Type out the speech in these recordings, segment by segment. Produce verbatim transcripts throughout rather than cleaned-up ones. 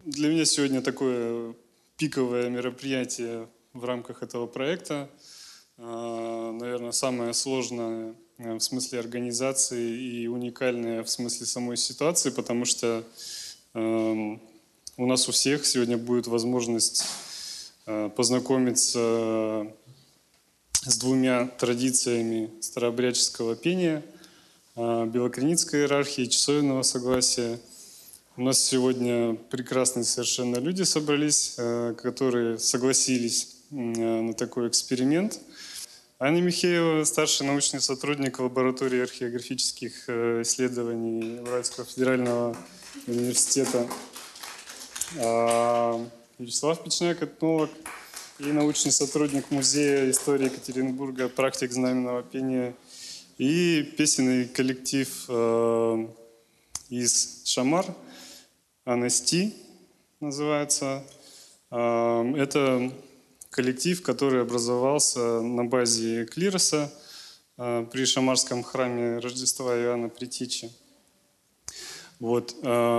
Для меня сегодня такое пиковое мероприятие в рамках этого проекта. Наверное, самое сложное в смысле организации и уникальное в смысле самой ситуации, потому что у нас у всех сегодня будет возможность познакомиться с двумя традициями старообрядческого пения, белокреницкой иерархии, часовенного согласия. У нас сегодня прекрасные совершенно люди собрались, которые согласились на такой эксперимент. Аня Михеева, старший научный сотрудник лаборатории археографических исследований Уральского федерального университета. Вячеслав Печняк, этнолог и научный сотрудник Музея истории Екатеринбурга, практик знаменного пения. И песенный коллектив из Шамар, Анести называется. Это коллектив, который образовался на базе клироса при Шамарском храме Рождества Иоанна Предтечи. Вот.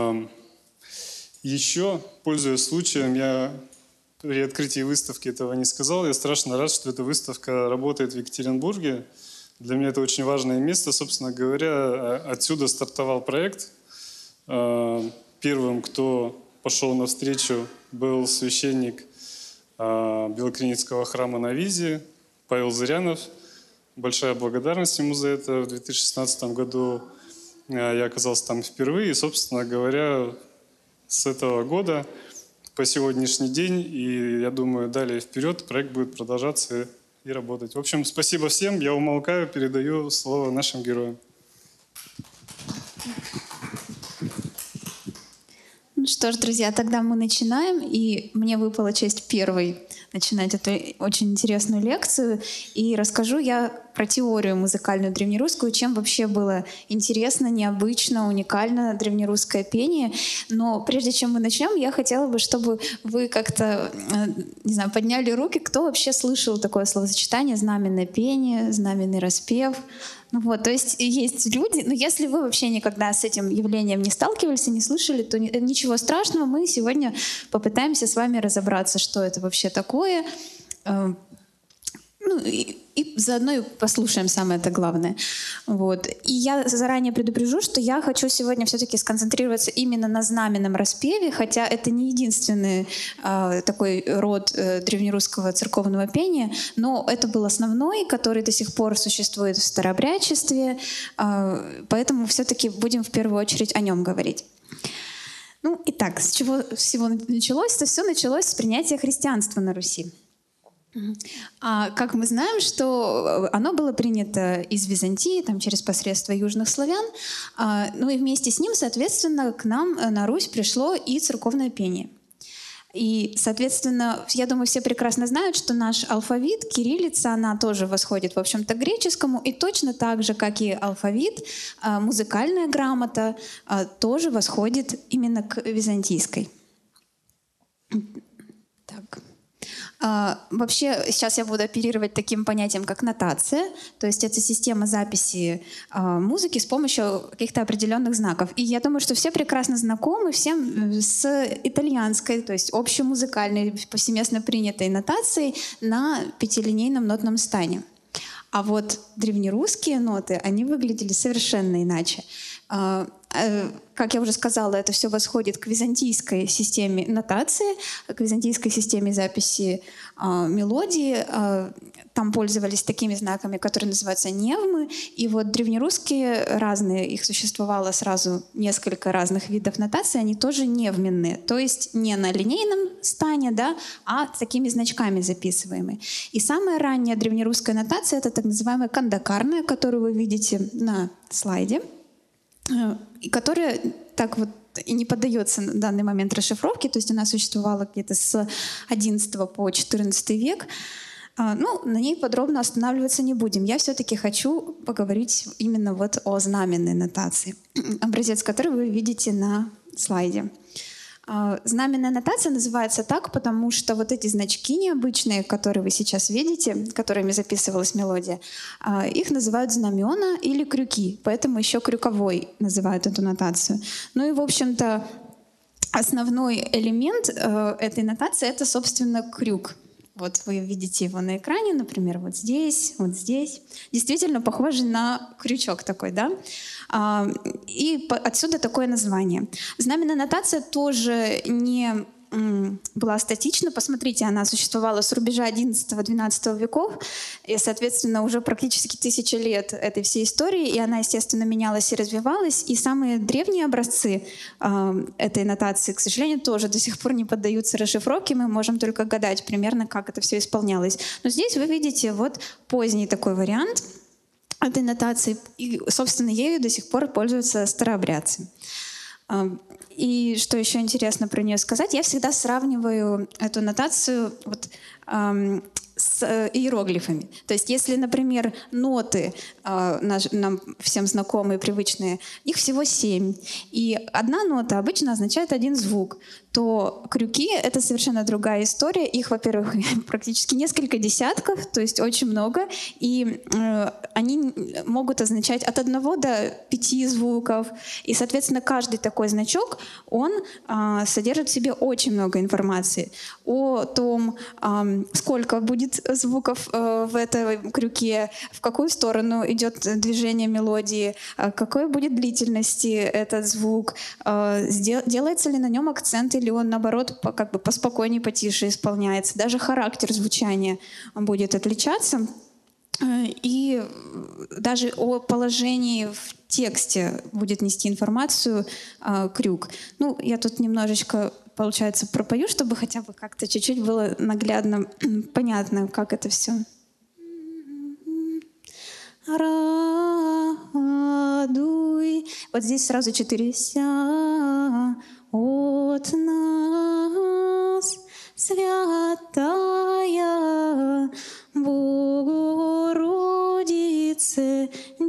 Еще, пользуясь случаем, я при открытии выставки этого не сказал. Я страшно рад, что эта выставка работает в Екатеринбурге. Для меня это очень важное место. Собственно говоря, отсюда стартовал проект. Первым, кто пошел навстречу, был священник Белокреницкого храма на Визе, Павел Зырянов. Большая благодарность ему за это. В две тысячи шестнадцатом году я оказался там впервые. И, собственно говоря, с этого года по сегодняшний день, и я думаю, далее вперед проект будет продолжаться и работать. В общем, спасибо всем. Я умолкаю, передаю слово нашим героям. Ну что ж, друзья, тогда мы начинаем, и мне выпала честь первой начинать эту очень интересную лекцию. И расскажу я про теорию музыкальную древнерусскую, чем вообще было интересно, необычно, уникально древнерусское пение. Но прежде чем мы начнем, я хотела бы, чтобы вы как-то, не знаю, подняли руки, кто вообще слышал такое словосочетание «знаменное пение», «знаменный распев». Ну вот, то есть есть люди, но если вы вообще никогда с этим явлением не сталкивались и не слышали, то ничего страшного, мы сегодня попытаемся с вами разобраться, что это вообще такое. Ну, и, и заодно и послушаем самое-то главное. Вот. И я заранее предупрежу, что я хочу сегодня все-таки сконцентрироваться именно на знаменном распеве, хотя это не единственный э, такой род э, древнерусского церковного пения, но это был основной, который до сих пор существует в старообрядчестве, э, поэтому все-таки будем в первую очередь о нем говорить. Ну, итак, с чего всего началось? Это все началось с принятия христианства на Руси. А как мы знаем, что оно было принято из Византии, там, через посредство южных славян, а, ну и вместе с ним, соответственно, к нам на Русь пришло и церковное пение. И, соответственно, я думаю, все прекрасно знают, что наш алфавит, кириллица, она тоже восходит, в общем-то, к греческому, и точно так же, как и алфавит, музыкальная грамота тоже восходит именно к византийской. Так. Uh, вообще, сейчас я буду оперировать таким понятием, как нотация, то есть это система записи uh, музыки с помощью каких-то определенных знаков. И я думаю, что все прекрасно знакомы всем с итальянской, то есть общемузыкальной, повсеместно принятой нотацией на пятилинейном нотном стане. А вот древнерусские ноты, они выглядели совершенно иначе. Uh, Как я уже сказала, это все восходит к византийской системе нотации, к византийской системе записи э, мелодии. Э, там пользовались такими знаками, которые называются невмы. И вот древнерусские разные, их существовало сразу несколько разных видов нотации, они тоже невменные, то есть не на линейном стане, да, а с такими значками записываемые. И самая ранняя древнерусская нотация — это так называемая кандакарная, которую вы видите на слайде, и которая так вот и не поддается на данный момент расшифровке, то есть она существовала где-то с одиннадцатого по четырнадцатый век. Ну, на ней подробно останавливаться не будем. Я все-таки хочу поговорить именно вот о знаменной нотации, образец который вы видите на слайде. Знаменная нотация называется так, потому что вот эти значки необычные, которые вы сейчас видите, которыми записывалась мелодия, их называют знамена или крюки, поэтому еще крюковой называют эту нотацию. Ну и, в общем-то, основной элемент э, этой нотации — это, собственно, крюк. Вот вы видите его на экране, например, вот здесь, вот здесь. Действительно похоже на крючок такой, да? А, и по, отсюда такое название. Знаменная нотация тоже не м, была статична. Посмотрите, она существовала с рубежа одиннадцатого-двенадцатого веков, и, соответственно, уже практически тысяча лет этой всей истории, и она, естественно, менялась и развивалась. И самые древние образцы э, этой нотации, к сожалению, тоже до сих пор не поддаются расшифровке. Мы можем только гадать примерно, как это все исполнялось. Но здесь вы видите вот поздний такой вариант этой нотации, и, собственно, ею до сих пор пользуются старообрядцы. И что еще интересно про нее сказать, я всегда сравниваю эту нотацию вот, эм, с иероглифами. То есть если, например, ноты э, наш, нам всем знакомые, привычные, их всего семь, и одна нота обычно означает один звук, то крюки — это совершенно другая история. Их, во-первых, практически несколько десятков, то есть очень много, и э, они могут означать от одного до пяти звуков. И, соответственно, каждый такой значок, он э, содержит в себе очень много информации о том, э, сколько будет звуков э, в этом крюке, в какую сторону идет движение мелодии, э, какой будет длительности этот звук, э, делается ли на нем акцент, или он, наоборот, по, как бы поспокойнее, потише исполняется. Даже характер звучания будет отличаться. И даже о положении в тексте будет нести информацию э, крюк. Ну, я тут немножечко, получается, пропою, чтобы хотя бы как-то чуть-чуть было наглядно понятно, как это все. Радуй. Вот здесь сразу четыре ся от нас, святая Богородице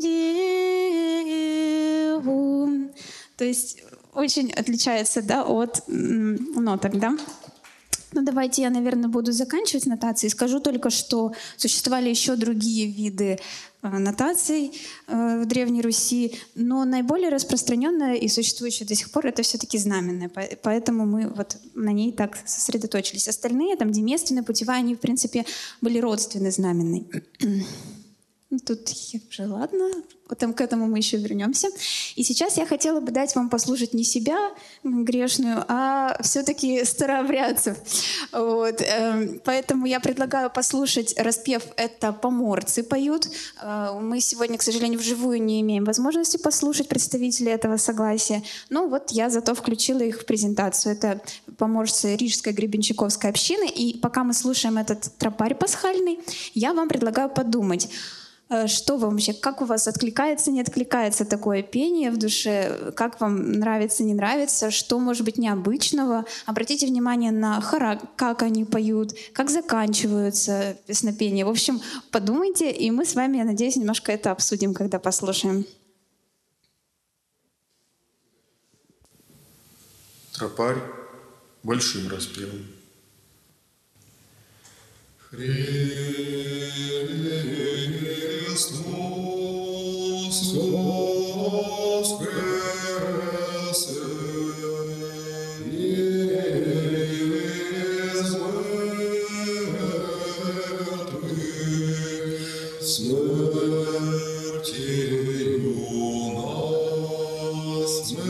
Деву. То есть очень отличается, да, от м, ноток, да? Ну, давайте я, наверное, буду заканчивать нотации. Скажу только, что существовали еще другие виды э, нотаций э, в Древней Руси, но наиболее распространенная и существующая до сих пор — это все-таки знаменная, поэтому мы вот на ней так сосредоточились. Остальные, там, деместственная, путевая, они, в принципе, были родственны знаменной. Тут уже ладно, потом к этому мы еще вернемся. И сейчас я хотела бы дать вам послушать не себя грешную, а все-таки старообрядцев. Вот. Поэтому я предлагаю послушать распев «Это поморцы поют». Мы сегодня, к сожалению, вживую не имеем возможности послушать представителей этого согласия. Но вот я зато включила их в презентацию. Это поморцы Рижской гребенщиковской общины. И пока мы слушаем этот тропарь пасхальный, я вам предлагаю подумать, что вам вообще, как у вас откликается, не откликается такое пение в душе, как вам нравится, не нравится, что может быть необычного. Обратите внимание на характер, как они поют, как заканчиваются песнопения. В общем, подумайте, и мы с вами, я надеюсь, немножко это обсудим, когда послушаем. Тропарь большим распевом. Христос воскресе из мертвых, смертью нас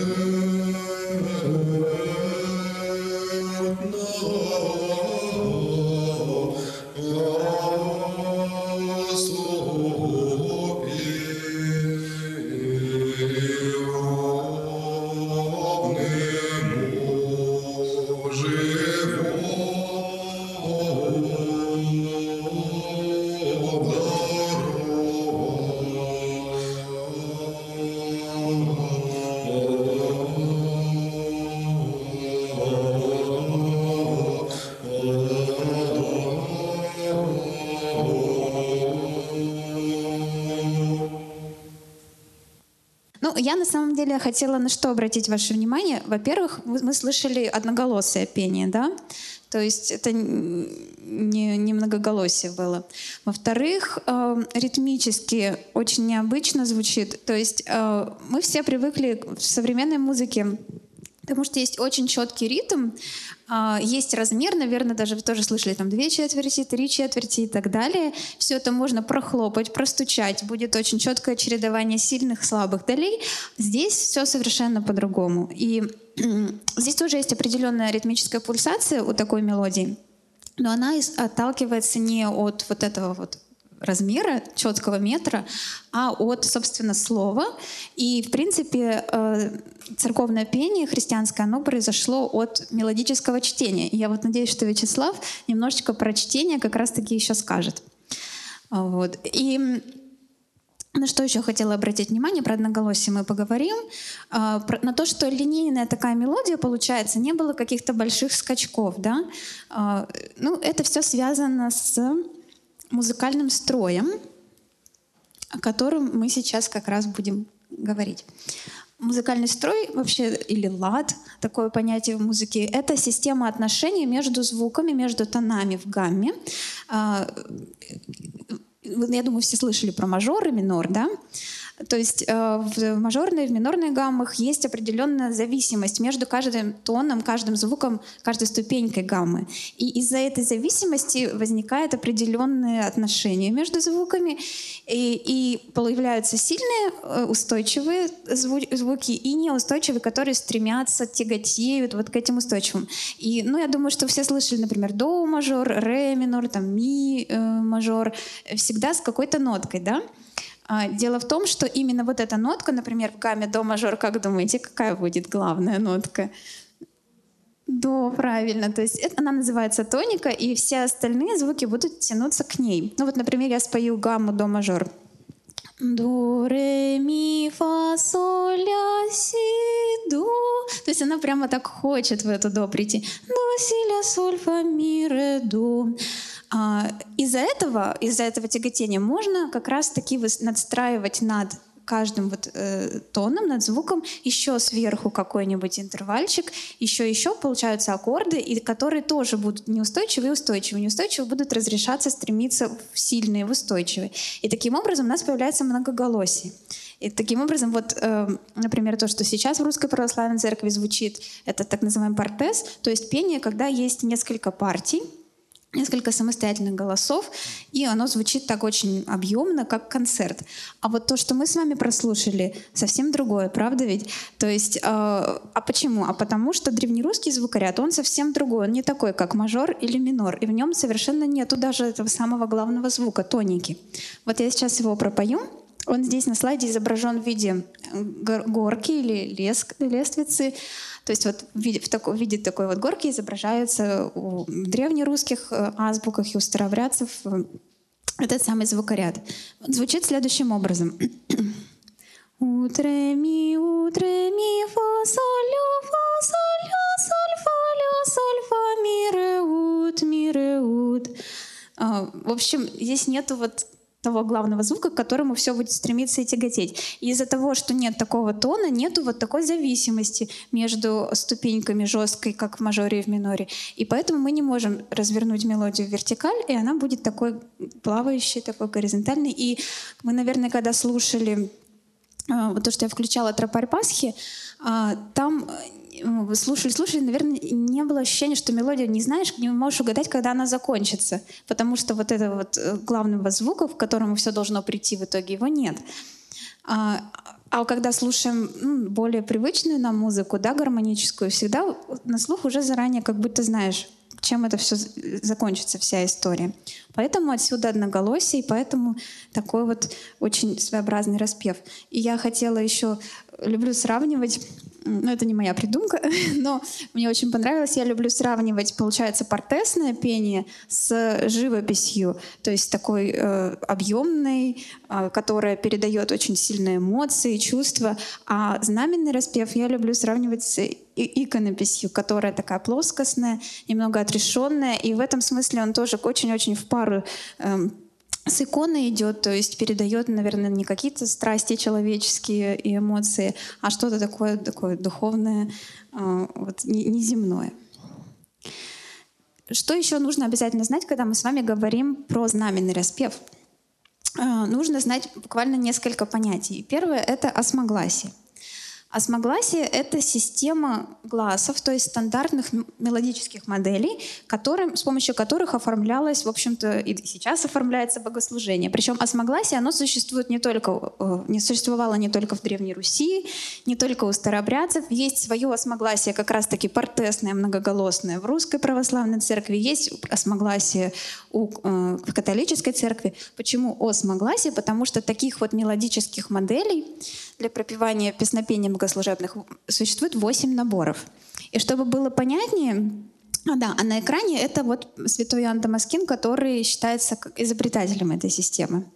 Я на самом деле хотела на что обратить ваше внимание. Во-первых, мы слышали одноголосое пение, да? То есть это не, не многоголосие было. Во-вторых, э, ритмически очень необычно звучит. То есть э, мы все привыкли в современной музыке Потому что есть очень четкий ритм, а, есть размер, наверное, даже вы тоже слышали, там две четверти, три четверти и так далее. Все это можно прохлопать, простучать, будет очень четкое чередование сильных, слабых долей. Здесь все совершенно по-другому. И здесь тоже есть определенная ритмическая пульсация у такой мелодии, но она отталкивается не от вот этого вот размера, четкого метра, а от, собственно, слова. И, в принципе, церковное пение христианское, оно произошло от мелодического чтения. И я вот надеюсь, что Вячеслав немножечко про чтение как раз-таки еще скажет. Вот. И на что еще хотела обратить внимание, про одноголосие мы поговорим, на то, что линейная такая мелодия, получается, не было каких-то больших скачков. Да? Ну, это все связано с музыкальным строем, о котором мы сейчас как раз будем говорить. Музыкальный строй вообще, или лад, такое понятие в музыке, это система отношений между звуками, между тонами в гамме. Я думаю, все слышали про мажор и минор, да? То есть э, в мажорной и в минорной гаммах есть определенная зависимость между каждым тоном, каждым звуком, каждой ступенькой гаммы. И из-за этой зависимости возникает определенные отношения между звуками, и, и появляются сильные, устойчивые зву- звуки и неустойчивые, которые стремятся, тяготеют вот к этим устойчивым. И, ну, я думаю, что все слышали, например, до мажор, ре минор, там, ми э, мажор, всегда с какой-то ноткой, да? Дело в том, что именно вот эта нотка, например, в гамме до мажор, как думаете, какая будет главная нотка? До, правильно. То есть это, она называется тоника, и все остальные звуки будут тянуться к ней. Ну вот, например, я спою гамму до мажор. До, ре, ми, фа, соль, ля, си, до. То есть она прямо так хочет в эту до прийти. До, си, ля, соль, фа, ми, ре, до. А, из-за этого, из-за этого тяготения можно как раз-таки надстраивать над каждым вот, э, тоном, над звуком еще сверху какой-нибудь интервальчик, еще-еще получаются аккорды, и которые тоже будут неустойчивые и устойчивые. Неустойчивые будут разрешаться, стремиться в сильные, в устойчивые. И таким образом у нас появляется многоголосие. И таким образом, вот, э, например, то, что сейчас в Русской Православной Церкви звучит, это так называемый партез, то есть пение, когда есть несколько партий, несколько самостоятельных голосов, и оно звучит так очень объемно, как концерт. А вот то, что мы с вами прослушали, совсем другое, правда ведь? То есть, э, а почему? А потому что древнерусский звукоряд, он совсем другой, он не такой, как мажор или минор, и в нем совершенно нету даже этого самого главного звука, тоники. Вот я сейчас его пропою. Он здесь на слайде изображен в виде горки или леск, лествицы. То есть вот в виде, в такой, в виде такой вот горки изображаются у древнерусских азбуках и у старообрядцев этот самый звукоряд. Он звучит следующим образом. Утре ми, утре ми, фа, соль, ля, фа, соль, ля, соль, фа, ля, соль, фа, ми, ре, ут, ми, ре, ут. В общем, здесь нету вот того главного звука, к которому все будет стремиться и тяготеть. И из-за того, что нет такого тона, нету вот такой зависимости между ступеньками жесткой, как в мажоре и в миноре. И поэтому мы не можем развернуть мелодию в вертикаль, и она будет такой плавающей, такой горизонтальной. И мы, наверное, когда слушали э, вот то, что я включала «Тропарь Пасхи», э, там вы слушали, слушали, наверное, не было ощущения, что мелодия не знаешь, не можешь угадать, когда она закончится. Потому что вот этого вот главного звука, к которому все должно прийти, в итоге его нет. А, а когда слушаем ну, более привычную нам музыку, да, гармоническую, всегда на слух уже заранее как будто знаешь, чем это все закончится, вся история. Поэтому отсюда одноголосие, и поэтому такой вот очень своеобразный распев. И я хотела еще, люблю сравнивать, ну это не моя придумка, но мне очень понравилось, я люблю сравнивать, получается, партесное пение с живописью, то есть такой э, объемной, э, которая передает очень сильные эмоции, чувства, а знаменный распев я люблю сравнивать с иконописью, которая такая плоскостная, немного отрешенная, и в этом смысле он тоже очень-очень в пару э, с иконой идет, то есть передает, наверное, не какие-то страсти человеческие и эмоции, а что-то такое, такое духовное, э, вот, неземное. Что еще нужно обязательно знать, когда мы с вами говорим про знаменный распев? Э, нужно знать буквально несколько понятий. Первое — это осмогласие. Осмогласие — это система гласов, то есть стандартных мелодических моделей, которым, с помощью которых оформлялось, в общем-то, и сейчас оформляется богослужение. Причем осмогласие, оно существует не только, не существовало не только в Древней Руси, не только у старообрядцев. Есть свое осмогласие, как раз-таки партесное, многоголосное в Русской Православной Церкви, есть осмогласие у, э, в католической церкви. Почему осмогласие? Потому что таких вот мелодических моделей для пропевания песнопений богослужебных существует восемь наборов. И чтобы было понятнее, а, да, а на экране это вот святой Иоанн Дамаскин, который считается изобретателем этой системы.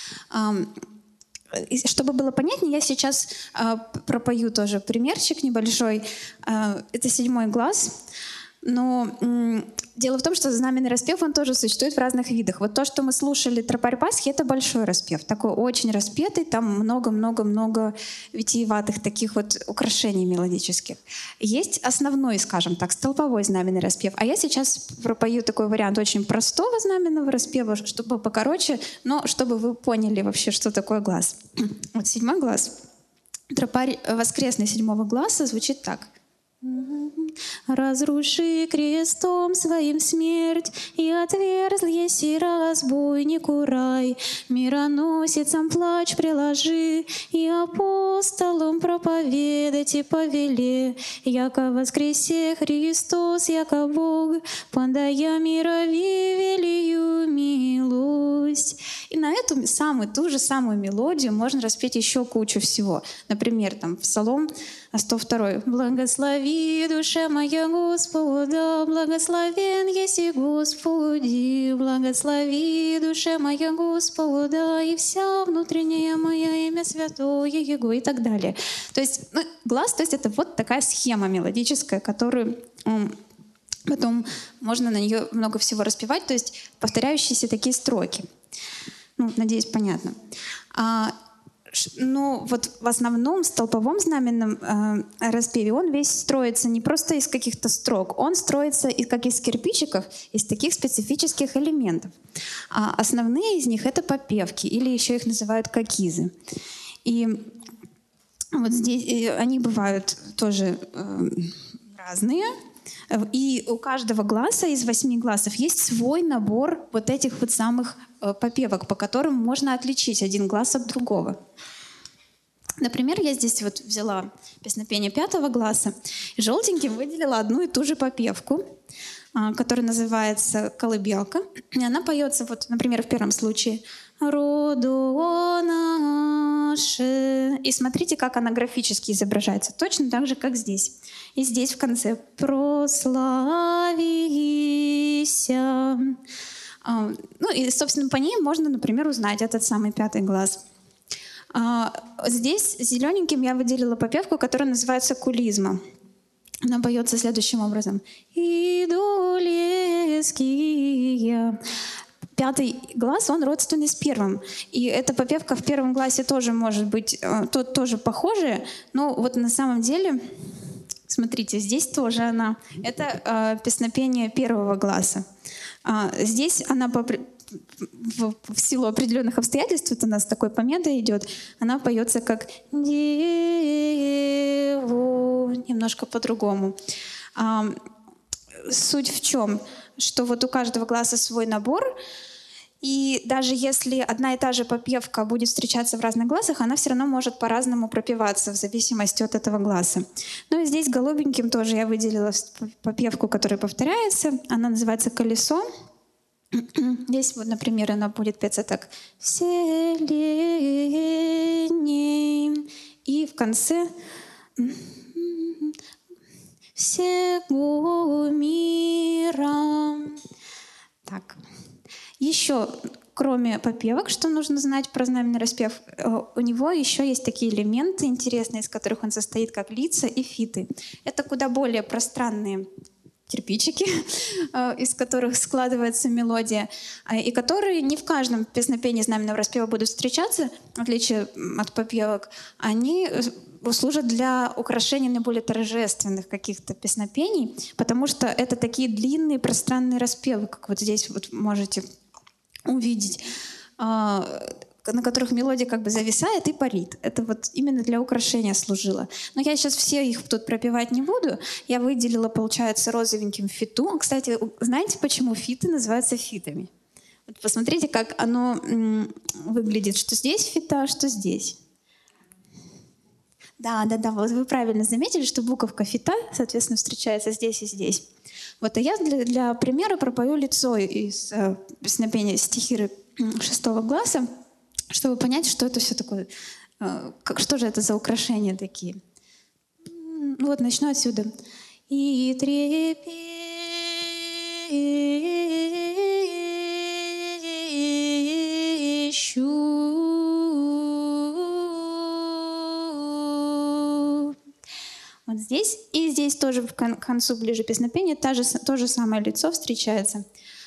И чтобы было понятнее, я сейчас э, пропою тоже примерчик небольшой. Э, это седьмой глаз. Но м, дело в том, что знаменный распев, он тоже существует в разных видах. Вот то, что мы слушали «Тропарь Пасхи», это большой распев, такой очень распетый, там много-много-много витиеватых таких вот украшений мелодических. Есть основной, скажем так, столповой знаменный распев. А я сейчас пропою такой вариант очень простого знаменного распева, чтобы покороче, но чтобы вы поняли вообще, что такое глаз. Вот седьмой глаз. Тропарь воскресный седьмого глаза звучит так. «Разруши крестом своим смерть, и отверзл еси разбойнику рай. Мироносицам плач приложи, и апостолам проповедать и повеле. Яко воскресе Христос, яко Бог, подая мирови велию милость». И на эту самую, ту же самую мелодию можно распеть еще кучу всего. Например, там Псалом сто второй. «Благослови, душа моя, Господа, благословен еси Господи, благослови, душа моя, Господа, и вся внутренняя моя имя святое Его», и так далее. То есть ну, глаз, то есть это вот такая схема мелодическая, которую м, потом можно на нее много всего распевать, то есть повторяющиеся такие строки. Ну, надеюсь, понятно. А, Ну, вот в основном столповом знаменном э, распеве он весь строится не просто из каких-то строк, он строится и как из кирпичиков, из таких специфических элементов. А основные из них — это попевки, или еще их называют какизы. И вот здесь и они бывают тоже э, разные. И у каждого гласа из восьми гласов есть свой набор вот этих вот самых э, попевок, по которым можно отличить один глас от другого. Например, я здесь вот взяла песнопение пятого гласа и желтеньким выделила одну и ту же попевку, э, которая называется «Колыбелка». И она поется, вот, например, в первом случае «Роду наше». И смотрите, как она графически изображается, точно так же, как здесь. И здесь в конце «прославися». Ну и, собственно, по ней можно, например, узнать этот самый пятый глаз. Здесь зелененьким я выделила попевку, которая называется «Кулизма». Она поется следующим образом. «Иду леские». Пятый глаз, он родственный с первым. И эта попевка в первом гласе тоже может быть то, тоже похожая, но вот на самом деле... Смотрите, здесь тоже она. Это э, песнопение первого гласа. А, здесь она по, в, в силу определенных обстоятельств, вот у нас такой помеда идет, она поется как «Деву», немножко по-другому. А, суть в чем? Что вот у каждого гласа свой набор, и даже если одна и та же попевка будет встречаться в разных гласах, она все равно может по-разному пропеваться в зависимости от этого гласа. Ну и здесь голубеньким тоже я выделила попевку, которая повторяется. Она называется «Колесо». Здесь вот, например, она будет петься так «Вселенной». И в конце «Всего мира». Так. Еще, кроме попевок, что нужно знать про знаменный распев, у него еще есть такие элементы интересные, из которых он состоит, как лица и фиты. Это куда более пространные кирпичики, из которых складывается мелодия, и которые не в каждом песнопении знаменного распева будут встречаться, в отличие от попевок. Они служат для украшения наиболее торжественных каких-то песнопений, потому что это такие длинные пространные распевы, как вот здесь вот можете увидеть. на которых мелодия как бы зависает и парит. Это вот именно для украшения служило. Но я сейчас все их тут пропевать не буду. Я выделила, получается, розовеньким фиту. Кстати, знаете, почему фиты называются фитами? Вот посмотрите, как оно м, выглядит, что здесь фита, что здесь. Да, да, да, вот вы правильно заметили, что буковка фита, соответственно, встречается здесь и здесь. Вот, а я для, для примера пропою лицо из э, песнопения стихиры шестого класса, чтобы понять, что это все такое, э, как, что же это за украшения такие. М, Вот, начну отсюда. И трепещу. Вот здесь и здесь тоже в кон- к концу ближе песнопения та же, с- то же самое лицо встречается.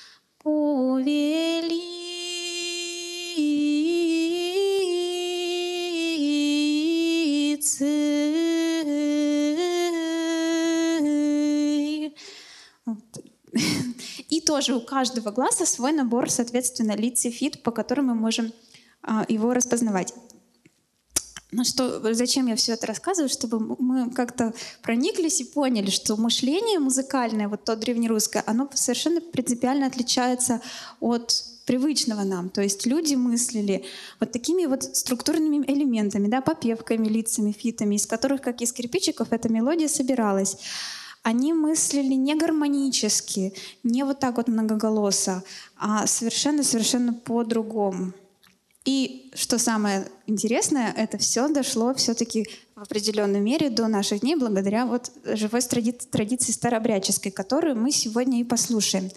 Повелицы. Вот. И тоже у каждого глаза свой набор, соответственно, лиц и фит, по которым мы можем а, его распознавать. Ну что, зачем я все это рассказываю? Чтобы мы как-то прониклись и поняли, что мышление музыкальное, вот то древнерусское, оно совершенно принципиально отличается от привычного нам. То есть люди мыслили вот такими вот структурными элементами, да, попевками, лицами, фитами, из которых, как из кирпичиков, эта мелодия собиралась. Они мыслили не гармонически, не вот так вот многоголосо, а совершенно-совершенно по-другому. И что самое интересное, это все дошло все-таки в определенной мере до наших дней благодаря вот живой тради- традиции старообрядческой, которую мы сегодня и послушаем.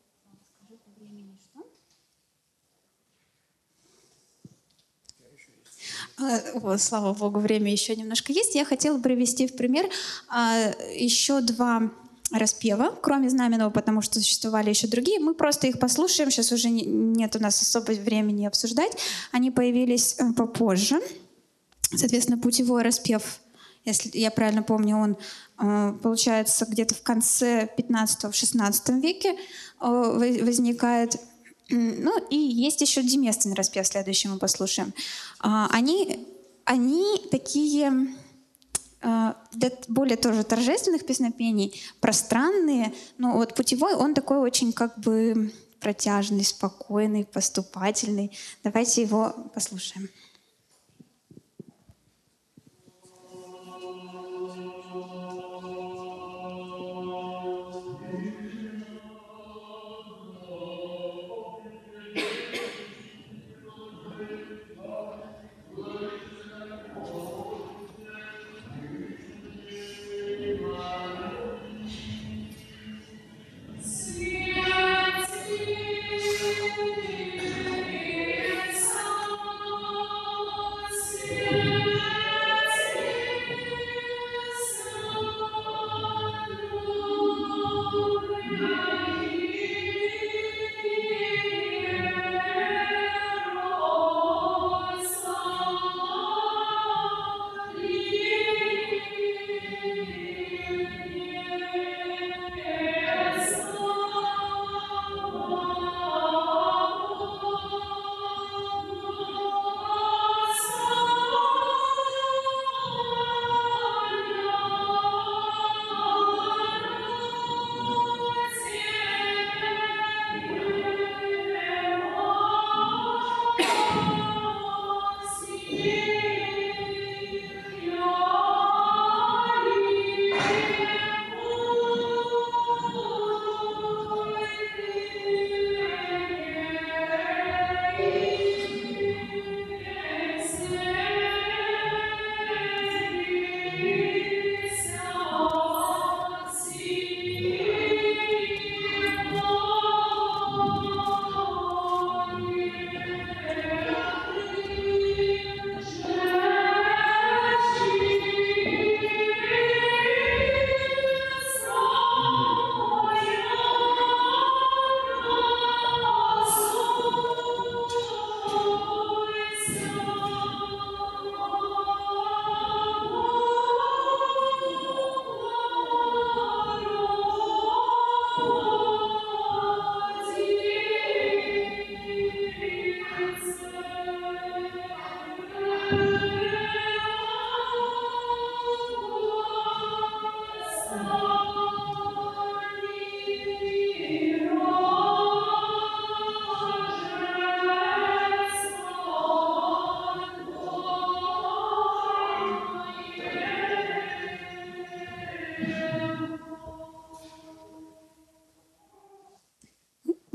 А, Вот, слава богу, время еще немножко есть. Я хотела привести в пример а, еще два распева, кроме знаменного, потому что существовали еще другие. Мы просто их послушаем. Сейчас уже не- нет у нас особо времени обсуждать. Они появились э, попозже. Соответственно, путевой распев, если я правильно помню, он э, получается где-то в конце пятнадцатого-шестнадцатом веке э, во- возникает. М, Ну и есть еще деместный распев, следующий мы послушаем. А, Они, они такие э, для более тоже торжественных песнопений, пространные. Но вот путевой, он такой очень как бы протяжный, спокойный, поступательный. Давайте его послушаем.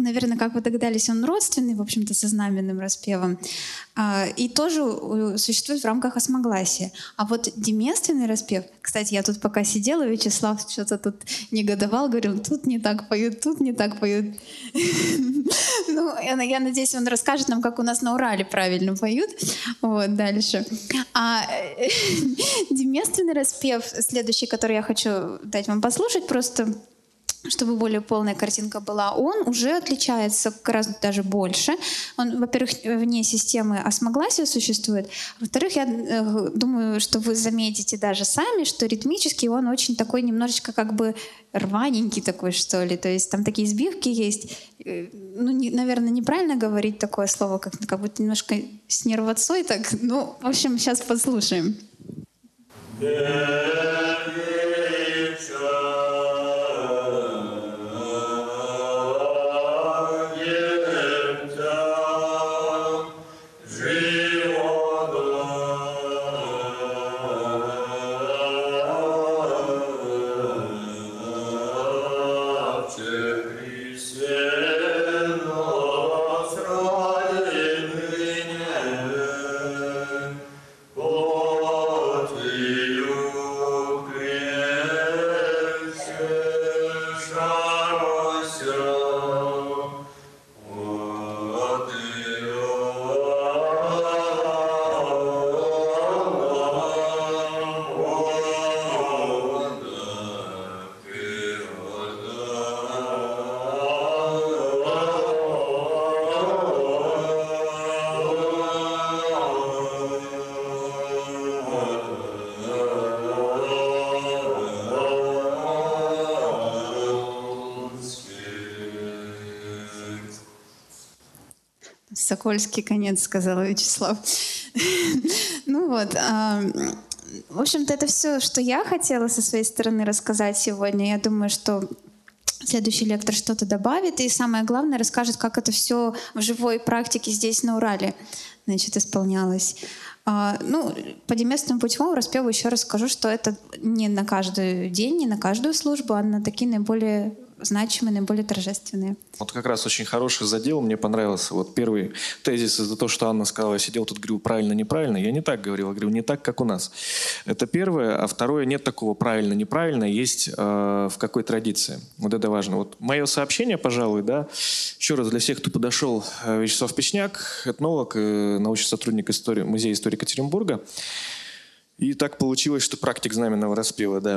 наверное, как вы догадались, он родственный, в общем-то, со знаменным распевом. А, и тоже э, существует в рамках осмогласия. А вот деместный распев, кстати, я тут пока сидела, Вячеслав что-то тут негодовал, говорил, тут не так поют, тут не так поют. Ну, я надеюсь, он расскажет нам, как у нас на Урале правильно поют. Вот, дальше. А деместный распев, следующий, который я хочу дать вам послушать, просто чтобы более полная картинка была, он уже отличается гораздо даже больше. Он, во-первых, вне системы осмогласия существует. Во-вторых, я э, думаю, что вы заметите даже сами, что ритмически он очень такой немножечко как бы рваненький такой, что ли. То есть там такие сбивки есть. Ну, не, наверное, неправильно говорить такое слово, как, как будто немножко с нервацой так. Ну, в общем, сейчас послушаем. Сокольский конец, сказал Вячеслав. Ну вот, в общем-то, это все, что я хотела со своей стороны рассказать сегодня. Я думаю, что следующий лектор что-то добавит и, самое главное, расскажет, как это все в живой практике здесь, на Урале, значит, исполнялось. Ну, по деместному путевому распеву еще раз скажу, что это не на каждый день, не на каждую службу, а на такие наиболее значимые, наиболее торжественные. Вот как раз очень хороший задел, мне понравился. Вот первый тезис из-за того, что Анна сказала, я сидел тут, говорю, правильно, неправильно. Я не так говорил, я говорю, не так, как у нас. Это первое. А второе, нет такого правильно, неправильно, есть э, в какой традиции. Вот это важно. Вот мое сообщение, пожалуй, да, еще раз для всех, кто подошел, Вячеслав Печняк, этнолог, э, научный сотрудник истории, Музея истории Екатеринбурга. И так получилось, что практик знаменного распева, да.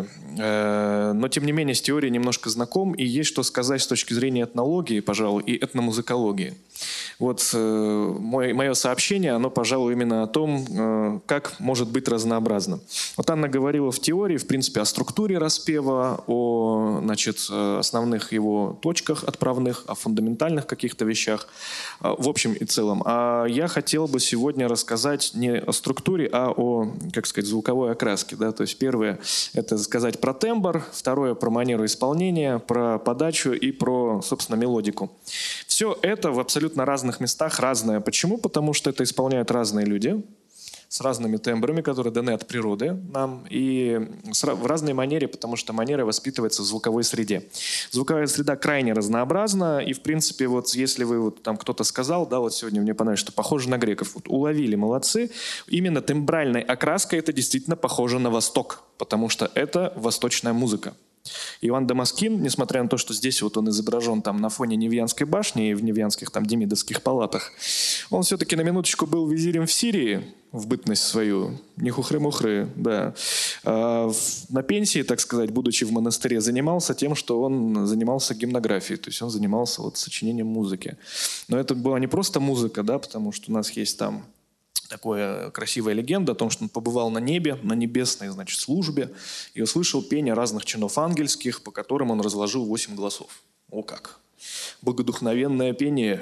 Но, тем не менее, с теорией немножко знаком, и есть что сказать с точки зрения этнологии, пожалуй, и этномузыкологии. Вот мой, мое сообщение, оно, пожалуй, именно о том, как может быть разнообразно. Вот Анна говорила в теории, в принципе, о структуре распева, о, значит, основных его точках отправных, о фундаментальных каких-то вещах, в общем и целом. А я хотел бы сегодня рассказать не о структуре, а о, как сказать, звуковой окраски. Да? То есть первое – это сказать про тембр, второе – про манеру исполнения, про подачу и про, собственно, мелодику. Все это в абсолютно разных местах разное. Почему? Потому что это исполняют разные люди с разными тембрами, которые даны от природы нам, и в разной манере, потому что манера воспитывается в звуковой среде. Звуковая среда крайне разнообразна, и, в принципе, вот если вы, вот там кто-то сказал, да, вот сегодня мне понравилось, что похоже на греков, вот уловили, молодцы, именно тембральной окраской это действительно похоже на Восток, потому что это восточная музыка. Иван Дамаскин, несмотря на то, что здесь вот он изображен там на фоне Невьянской башни и в Невьянских там демидовских палатах, он все-таки на минуточку был визирем в Сирии, в бытность свою, не хухры-мухры, да. А на пенсии, так сказать, будучи в монастыре, занимался тем, что он занимался гимнографией, то есть он занимался вот сочинением музыки. Но это была не просто музыка, да, потому что у нас есть там такая красивая легенда о том, что он побывал на небе, на небесной, значит, службе, и услышал пение разных чинов ангельских, по которым он разложил восемь голосов. О как! Богодухновенное пение.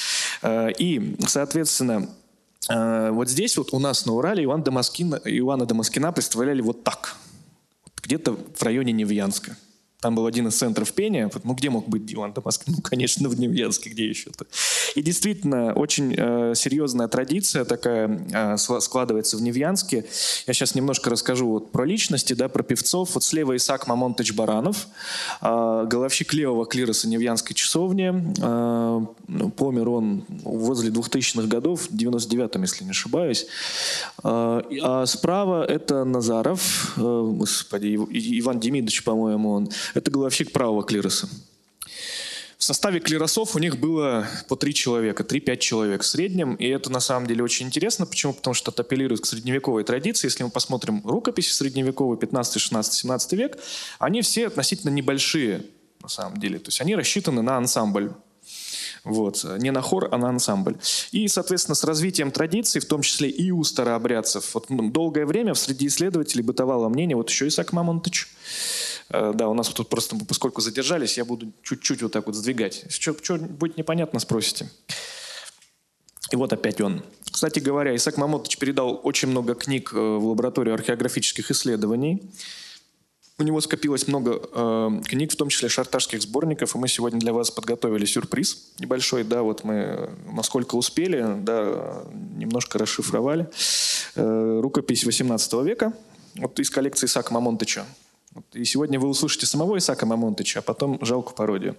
И, соответственно, вот здесь вот у нас на Урале Иван Дамаскин, Ивана Дамаскина представляли вот так. Где-то в районе Невьянска. Там был один из центров пения. Ну, где мог быть Иван Дамаскин? Ну, конечно, в Невьянске, где еще-то. И действительно, очень э, серьезная традиция такая э, складывается в Невьянске. Я сейчас немножко расскажу вот про личности, да, про певцов. Вот слева Исаак Мамонтович Баранов, э, головщик левого клироса Невьянской часовни. Э, помер он возле двухтысячных годов, в девяносто девятом, если не ошибаюсь. Э, а справа это Назаров, э, господи, Иван Демидович, по-моему, он. Это головщик правого клироса. В составе клиросов у них было по три человека, три-пять человек в среднем, и это на самом деле очень интересно. Почему? Потому что это апеллирует к средневековой традиции. Если мы посмотрим рукописи средневековые, пятнадцатый, шестнадцатый, семнадцатый век, они все относительно небольшие на самом деле. То есть они рассчитаны на ансамбль. Вот. Не на хор, а на ансамбль. И, соответственно, с развитием традиций, в том числе и у старообрядцев, вот долгое время среди исследователей бытовало мнение, вот еще Исаак Мамонтович. Да, у нас тут просто, поскольку задержались, я буду чуть-чуть вот так вот сдвигать. Что, что будет непонятно, спросите. И вот опять он. Кстати говоря, Исаак Мамонтович передал очень много книг в лабораторию археографических исследований. У него скопилось много э, книг, в том числе шарташских сборников, и мы сегодня для вас подготовили сюрприз небольшой, да, вот мы, насколько успели, да, немножко расшифровали. Э, рукопись восемнадцатого века, вот из коллекции Исаака Мамонтовича. Вот, и сегодня вы услышите самого Исаака Мамонтовича, а потом жалкую пародию.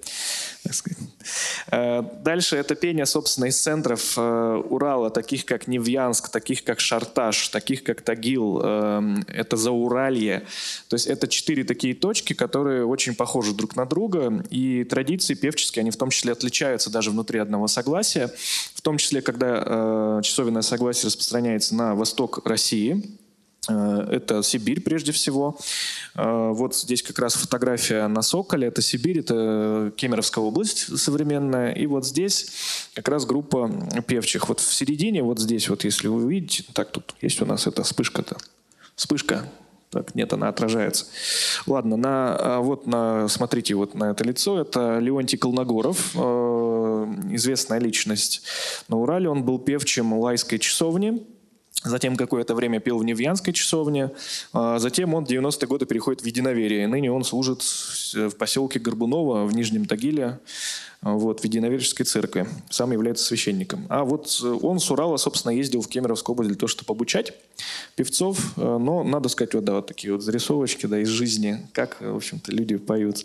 Дальше это пение, собственно, из центров Урала, таких как Невьянск, таких как Шарташ, таких как Тагил, это Зауралье. То есть это четыре такие точки, которые очень похожи друг на друга, и традиции певческие, они в том числе отличаются даже внутри одного согласия, в том числе, когда часовенное согласие распространяется на восток России. Это Сибирь прежде всего. Вот здесь как раз фотография на Соколе. Это Сибирь, это Кемеровская область современная. И вот здесь как раз группа певчих. Вот в середине, вот здесь, вот если вы увидите, так тут есть у нас эта вспышка-то. Вспышка. Так, нет, она отражается. Ладно, на, вот на, смотрите вот на это лицо. Это Леонтий Колногоров, э, известная личность на Урале. Он был певчим Лайской часовни. Затем какое-то время пел в Невьянской часовне. Затем он в девяностые годы переходит в единоверие. Ныне он служит в поселке Горбуново в Нижнем Тагиле, вот, в единоверческой церкви. Сам является священником. А вот он с Урала, собственно, ездил в Кемеровскую область для того, чтобы обучать певцов. Но, надо сказать, вот, да, вот такие вот зарисовочки, да, из жизни, как, в общем-то, люди поют.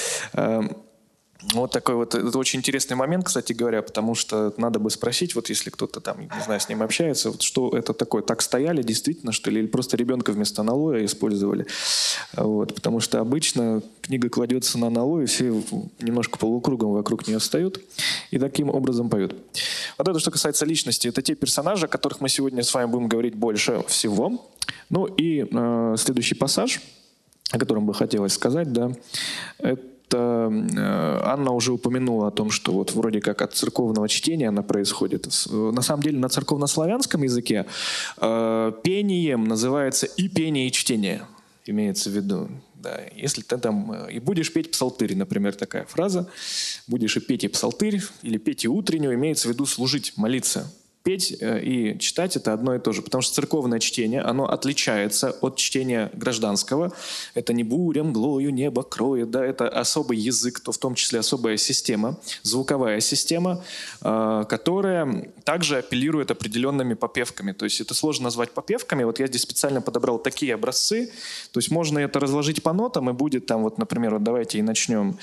Вот такой вот, это очень интересный момент, кстати говоря, потому что надо бы спросить, вот если кто-то там, не знаю, с ним общается, вот что это такое, так стояли действительно, что ли, или просто ребенка вместо аналоя использовали, вот, потому что обычно книга кладется на аналой, и все немножко полукругом вокруг нее встают и таким образом поют. Вот это, что касается личности, это те персонажи, о которых мы сегодня с вами будем говорить больше всего. Ну и э, следующий пассаж, о котором бы хотелось сказать, да, это Анна уже упомянула о том, что вот вроде как от церковного чтения она происходит. На самом деле на церковнославянском языке э, пением называется и пение, и чтение, имеется в виду. Да. Если ты там и будешь петь псалтырь, например, такая фраза, будешь и петь и псалтырь, или петь и утреннюю, имеется в виду служить, молиться. Петь и читать – это одно и то же, потому что церковное чтение, оно отличается от чтения гражданского. Это не буря мглою небо кроет, да, это особый язык, то в том числе особая система, звуковая система, которая также апеллирует определенными попевками. То есть это сложно назвать попевками. Вот я здесь специально подобрал такие образцы. То есть можно это разложить по нотам, и будет там, вот, например, вот давайте и начнем.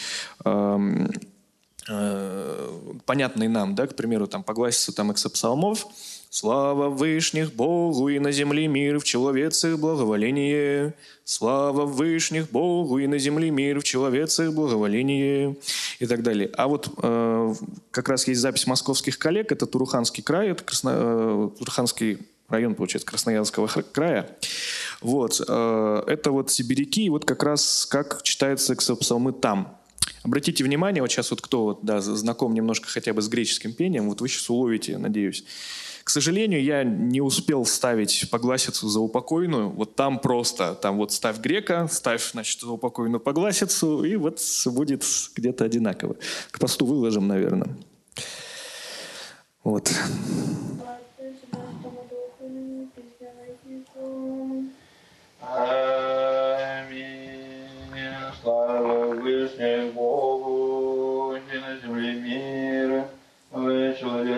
Понятный нам, да, к примеру, там погласится там эксопсалмов. Слава Вышних Богу, и на земле мир, в человецах благоволение. Слава Вышних Богу, и на земле мир, в человецах благоволение. И так далее. А вот э, как раз есть запись московских коллег, это Туруханский край, это Красно... э, Туруханский район, получается, Красноярского края. Вот, э, это вот сибиряки, и вот как раз как читается эксопсалмы там. Обратите внимание, вот сейчас вот кто вот, да, знаком немножко хотя бы с греческим пением, вот вы сейчас уловите, надеюсь. К сожалению, я не успел вставить погласицу заупокойную. Вот там просто, там вот ставь грека, ставь, значит, заупокойную погласицу, и вот будет где-то одинаково. К посту выложим, наверное. Вот. Слава Вышних Богу, и на земле мир, в человеке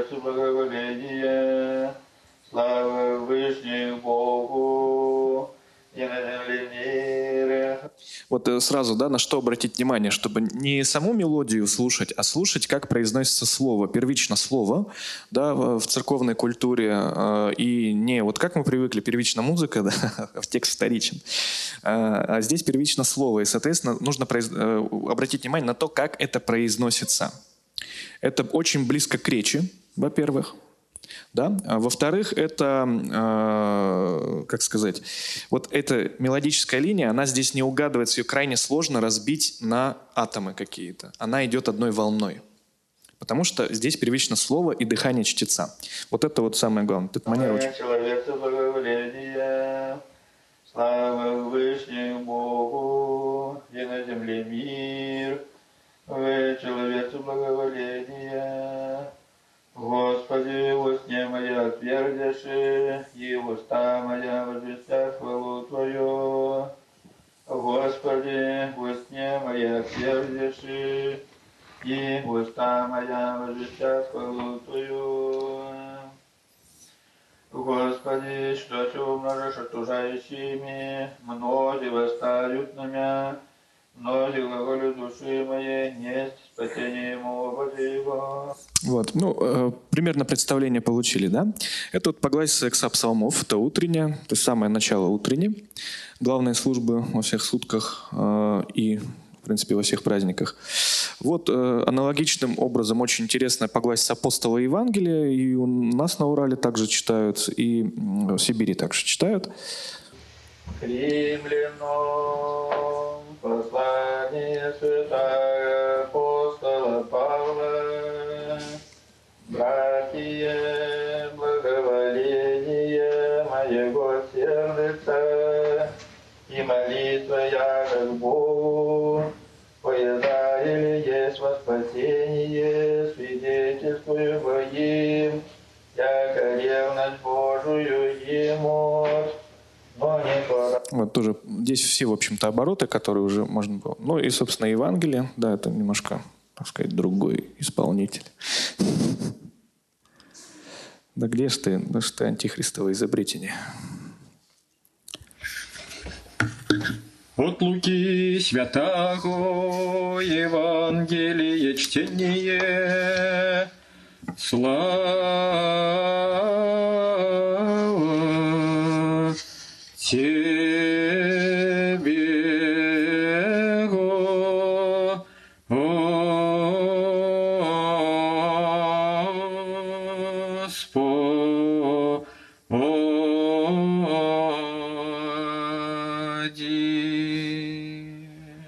Вот э, сразу, да, на что обратить внимание, чтобы не саму мелодию слушать, а слушать, как произносится слово. Первично слово, да, в, в церковной культуре, э, и не вот как мы привыкли, первично музыка, да, в текст вторичен. А, а здесь первично слово, и, соответственно, нужно произ... э, обратить внимание на то, как это произносится. Это очень близко к речи, во-первых. Да? А во-вторых, это, э, как сказать, вот эта мелодическая линия, она здесь не угадывается, ее крайне сложно разбить на атомы какие-то. Она идет одной волной. Потому что здесь первично слово и дыхание чтеца. Вот это вот самое главное. Вот эта манера очень... Человек благоволения, слава Вышнему Богу, и на земле мир. Вы, человеку благоволения, Господи, устне моя отвердиши, и уста моя возвестят хвалу Твою. Господи, устне моя отвердиши, и уста моя возвестят хвалу Твою. Господи, что Ты умножишь отужающими, многие восстают на меня, многие глаголи души моей, несть спасение ему ободи его. Вот, ну, э, примерно представление получили, да? Это вот погласится экса псалмов, это утренняя, то есть самое начало утренней, главные службы во всех сутках э, и, в принципе, во всех праздниках. Вот э, аналогичным образом очень интересно погласится апостола Евангелия, и у нас на Урале также читают, и в Сибири также читают. Римлянам послание святая апостола Павла, братья, благоволение моего сердца и молитва я к Богу, по Израиле есть во спасение, свидетельствую во им, яко ревность Божию ему. Вот тоже здесь все, в общем-то, обороты, которые уже можно было. Ну и, собственно, Евангелие, да, это немножко, так сказать, другой исполнитель. Да где ж ты, да ж ты антихристово изобретение. От Луки святаго Евангелие чтение. Слава Тебе, Господи.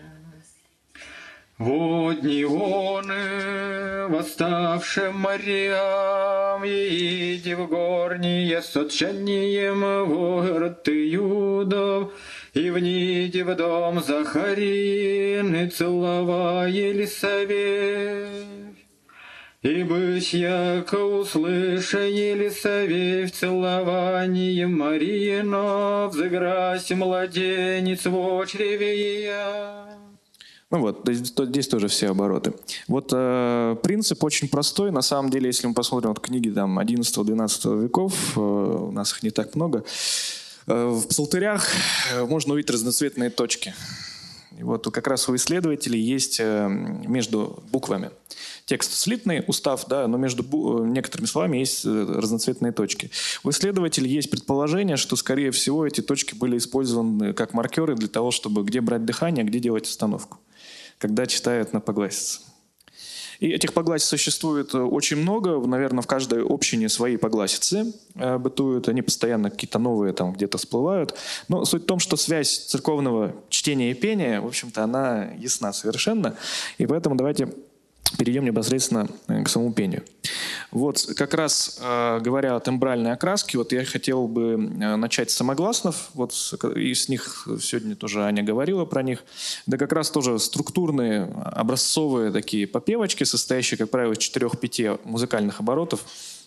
Во дни оны, восставшим морям, иди в горние с отчаянием в город Иудов, и вниди в дом Захарин, и целовая Елисавет. И бысь, яко услыша Елисавет в целовании Мариино, взыгрась младенец в чреве ее. Ну вот, здесь, здесь тоже все обороты. Вот э, принцип очень простой. На самом деле, если мы посмотрим вот книги там, одиннадцатого-двенадцатого веков, э, у нас их не так много, э, в псалтырях можно увидеть разноцветные точки. И вот как раз у исследователей есть э, между буквами. Текст слитный, устав, да, но между бу- некоторыми словами есть разноцветные точки. У исследователей есть предположение, что, скорее всего, эти точки были использованы как маркеры для того, чтобы где брать дыхание, а где делать остановку, когда читают на погласице. И этих погласиц существует очень много. Наверное, в каждой общине свои погласицы э, бытуют. Они постоянно какие-то новые там где-то всплывают. Но суть в том, что связь церковного чтения и пения, в общем-то, она ясна совершенно. И поэтому давайте перейдем непосредственно к самому пению. Вот как раз э, говоря о тембральной окраске, вот я хотел бы э, начать с самогласных, вот и с них сегодня тоже Аня говорила про них. Да как раз тоже структурные, образцовые такие попевочки, состоящие, как правило, из четырех-пяти музыкальных оборотов.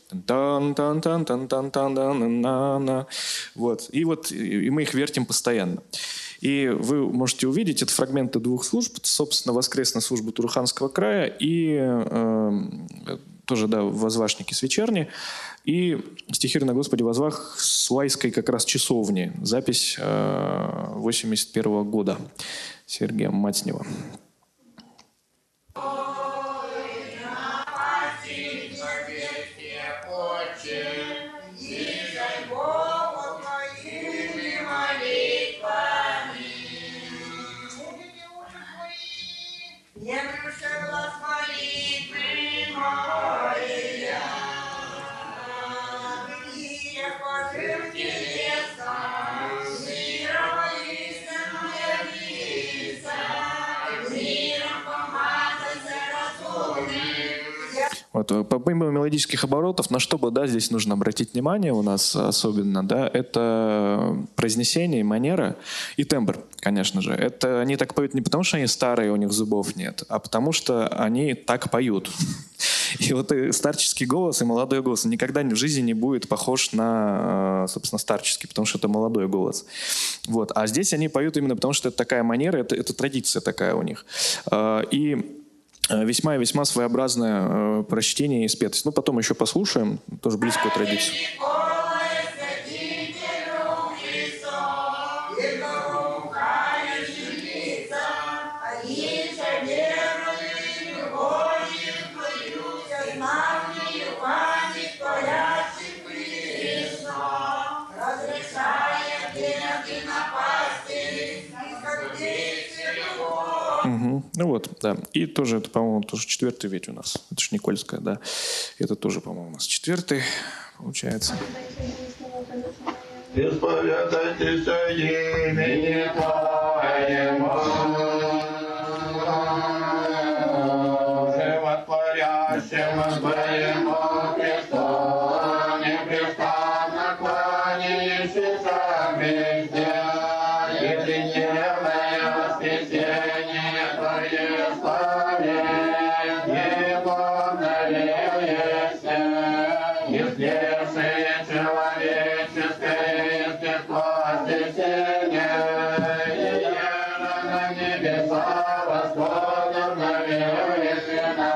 Вот. И вот и мы их вертим постоянно. И вы можете увидеть, это фрагменты двух служб, собственно, воскресной службы Туруханского края и э, тоже, да, возвашники с вечерни. И стихирь на Господе возвах с лайской как раз часовни. Запись э, восемьдесят первого года Сергея Матснева. Вот, помимо мелодических оборотов, на что бы, да, здесь нужно обратить внимание у нас особенно, да, это произнесение, манера и тембр, конечно же. Это они так поют не потому, что они старые, у них зубов нет, а потому что они так поют. И вот и старческий голос, и молодой голос никогда в жизни не будет похож на, собственно, старческий, потому что это молодой голос. Вот. А здесь они поют именно потому, что это такая манера, это, это традиция такая у них. И весьма и весьма своеобразное прочтение и спетость. Ну, потом еще послушаем, тоже близкую традицию. Угу. Ну вот, да. И тоже это, по-моему, тоже четвертый ведь у нас. Это ж Никольская, да. Это тоже, по-моему, у нас четвертый, получается. Исповедайтесь имени Твоему, животворящему Твоему Христу, непрестанно кланяющийся Христе, ежедневное воскресенье Твое славе, Его обновился, истлевшее человеческое естество воскресенье, и еже на небеса восходом навечно,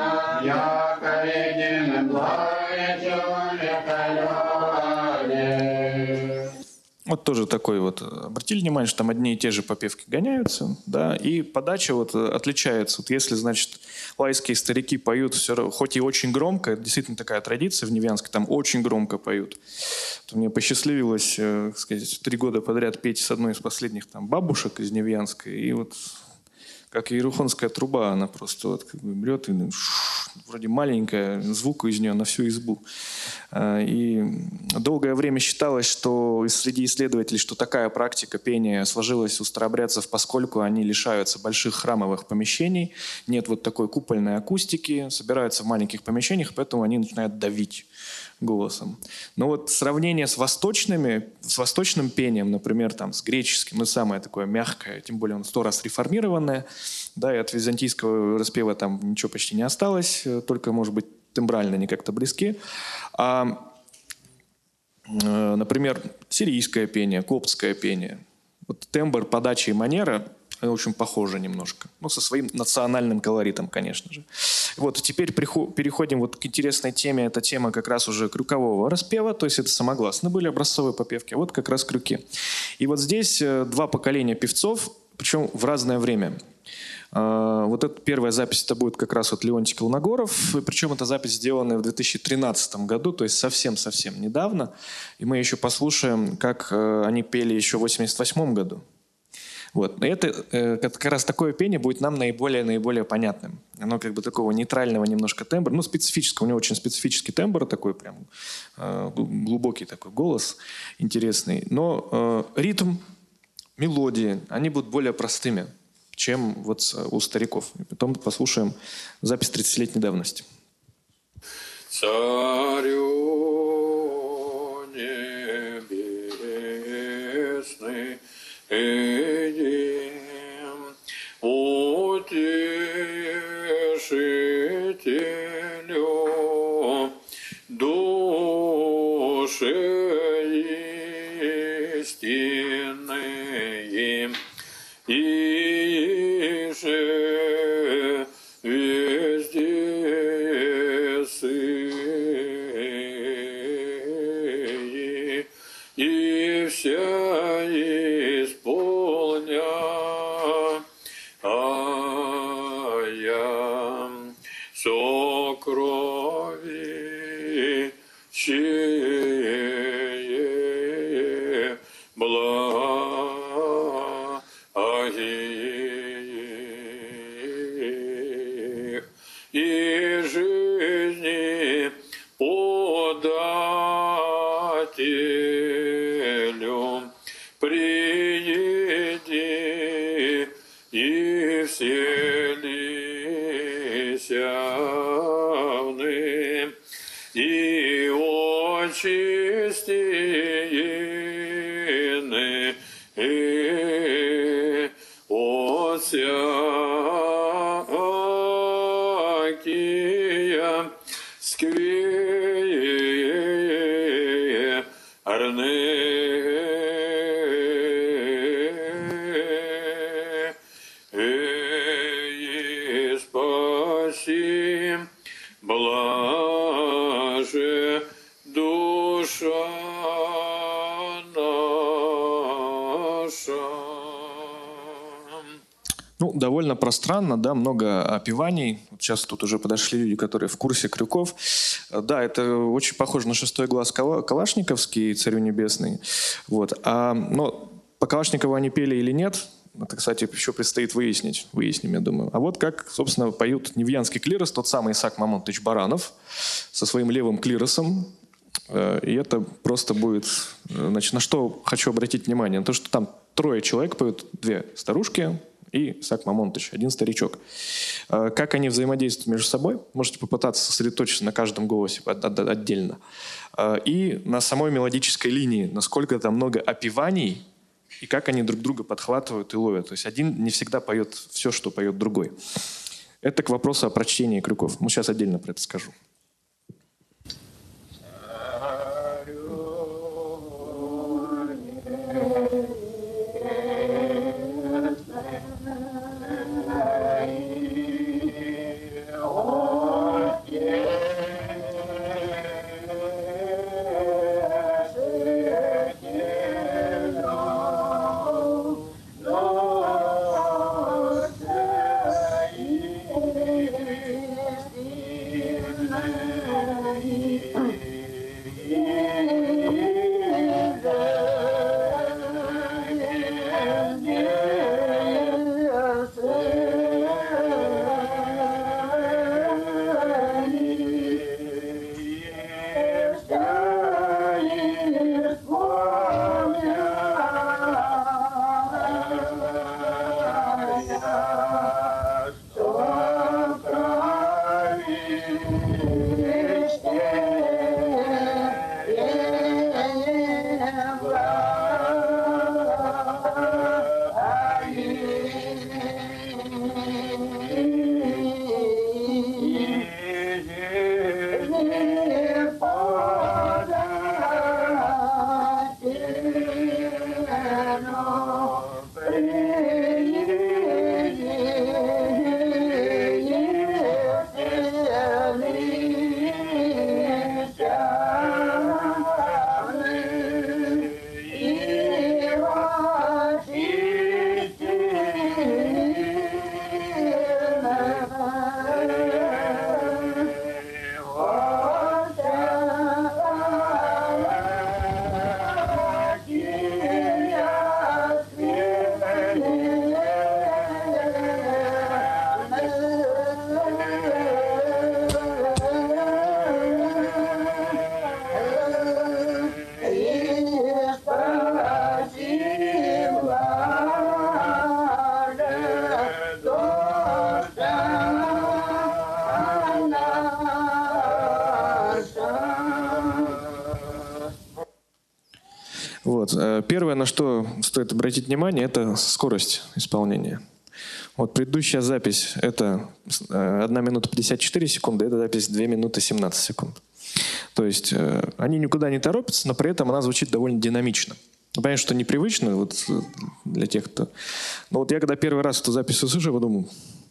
яко единым благом человека любви. Вот тоже такой вот, обратили внимание, что там одни и те же попевки гоняются, да, и подача вот отличается. Вот если, значит, лайские старики поют все равно, хоть и очень громко, это действительно такая традиция в Невьянске, там очень громко поют. Вот мне посчастливилось, так сказать, три года подряд петь с одной из последних там бабушек из Невьянска, и вот как иерухонская труба, она просто вот как бы берет и вроде маленькая, звук из нее на всю избу. И долгое время считалось, что среди исследователей, что такая практика пения сложилась у старообрядцев, поскольку они лишаются больших храмовых помещений, нет вот такой купольной акустики, собираются в маленьких помещениях, поэтому они начинают давить голосом. Но вот сравнение с восточными, с восточным пением, например, там, с греческим, ну, самое такое мягкое, тем более он сто раз реформированное, да, и от византийского распева там ничего почти не осталось, только, может быть, тембрально не как-то близки. А, э, например, сирийское пение, коптское пение. Вот тембр, подача и манера очень похожи немножко. Ну, со своим национальным колоритом, конечно же. Вот, теперь переходим вот к интересной теме. Это тема как раз уже крюкового распева, то есть это самогласные были образцовые попевки, а вот как раз крюки. И вот здесь два поколения певцов, причем в разное время. Вот эта первая запись, это будет как раз вот Леонтий Колмогоров, причем эта запись сделана в две тысячи тринадцатом году, то есть совсем-совсем недавно. И мы еще послушаем, как они пели еще в восемьдесят восьмом году. Вот. И это, это как раз такое пение будет нам наиболее-наиболее понятным. Оно как бы такого нейтрального немножко тембра, ну специфического, у него очень специфический тембр такой прям, э, глубокий такой голос, интересный. Но э, ритм, мелодии, они будут более простыми, чем вот у стариков. И потом послушаем запись тридцатилетней давности. Царю небесный, Эдем, утешителю, души истинные, и же везде сы сокровищее благих и жизни подателю приеди и вселися в ны, и очистины и от всякие скверны. И спаси, блаже душа наша. Ну, довольно пространно, да, много опеваний. Вот сейчас тут уже подошли люди, которые в курсе крюков. Да, это очень похоже на шестой глаз Кала- Калашниковский, Царю Небесный. Вот. А, но по Калашникову они пели или нет, это, кстати, еще предстоит выяснить. Выясним, я думаю. А вот как, собственно, поют невьянский клирос, тот самый Исаак Мамонтович Баранов со своим левым клиросом. Э, И это просто будет... э, Значит, на что хочу обратить внимание? На то, что там трое человек поют, две старушки и Исаак Мамонтович, один старичок. Э, Как они взаимодействуют между собой, можете попытаться сосредоточиться на каждом голосе от- от- отдельно. Э, И на самой мелодической линии, насколько там много опеваний, и как они друг друга подхватывают и ловят. То есть один не всегда поет все, что поет другой. Это к вопросу о прочтении крюков. Ну, сейчас отдельно про это скажу. Вот. э, Первое, на что стоит обратить внимание, это скорость исполнения. Вот предыдущая запись — это э, одна минута пятьдесят четыре секунды, эта запись две минуты семнадцать секунд. То есть э, они никуда не торопятся, но при этом она звучит довольно динамично. Ну, понятно, что непривычно вот, э, для тех, кто... Но вот я когда первый раз эту запись услышал, подумал,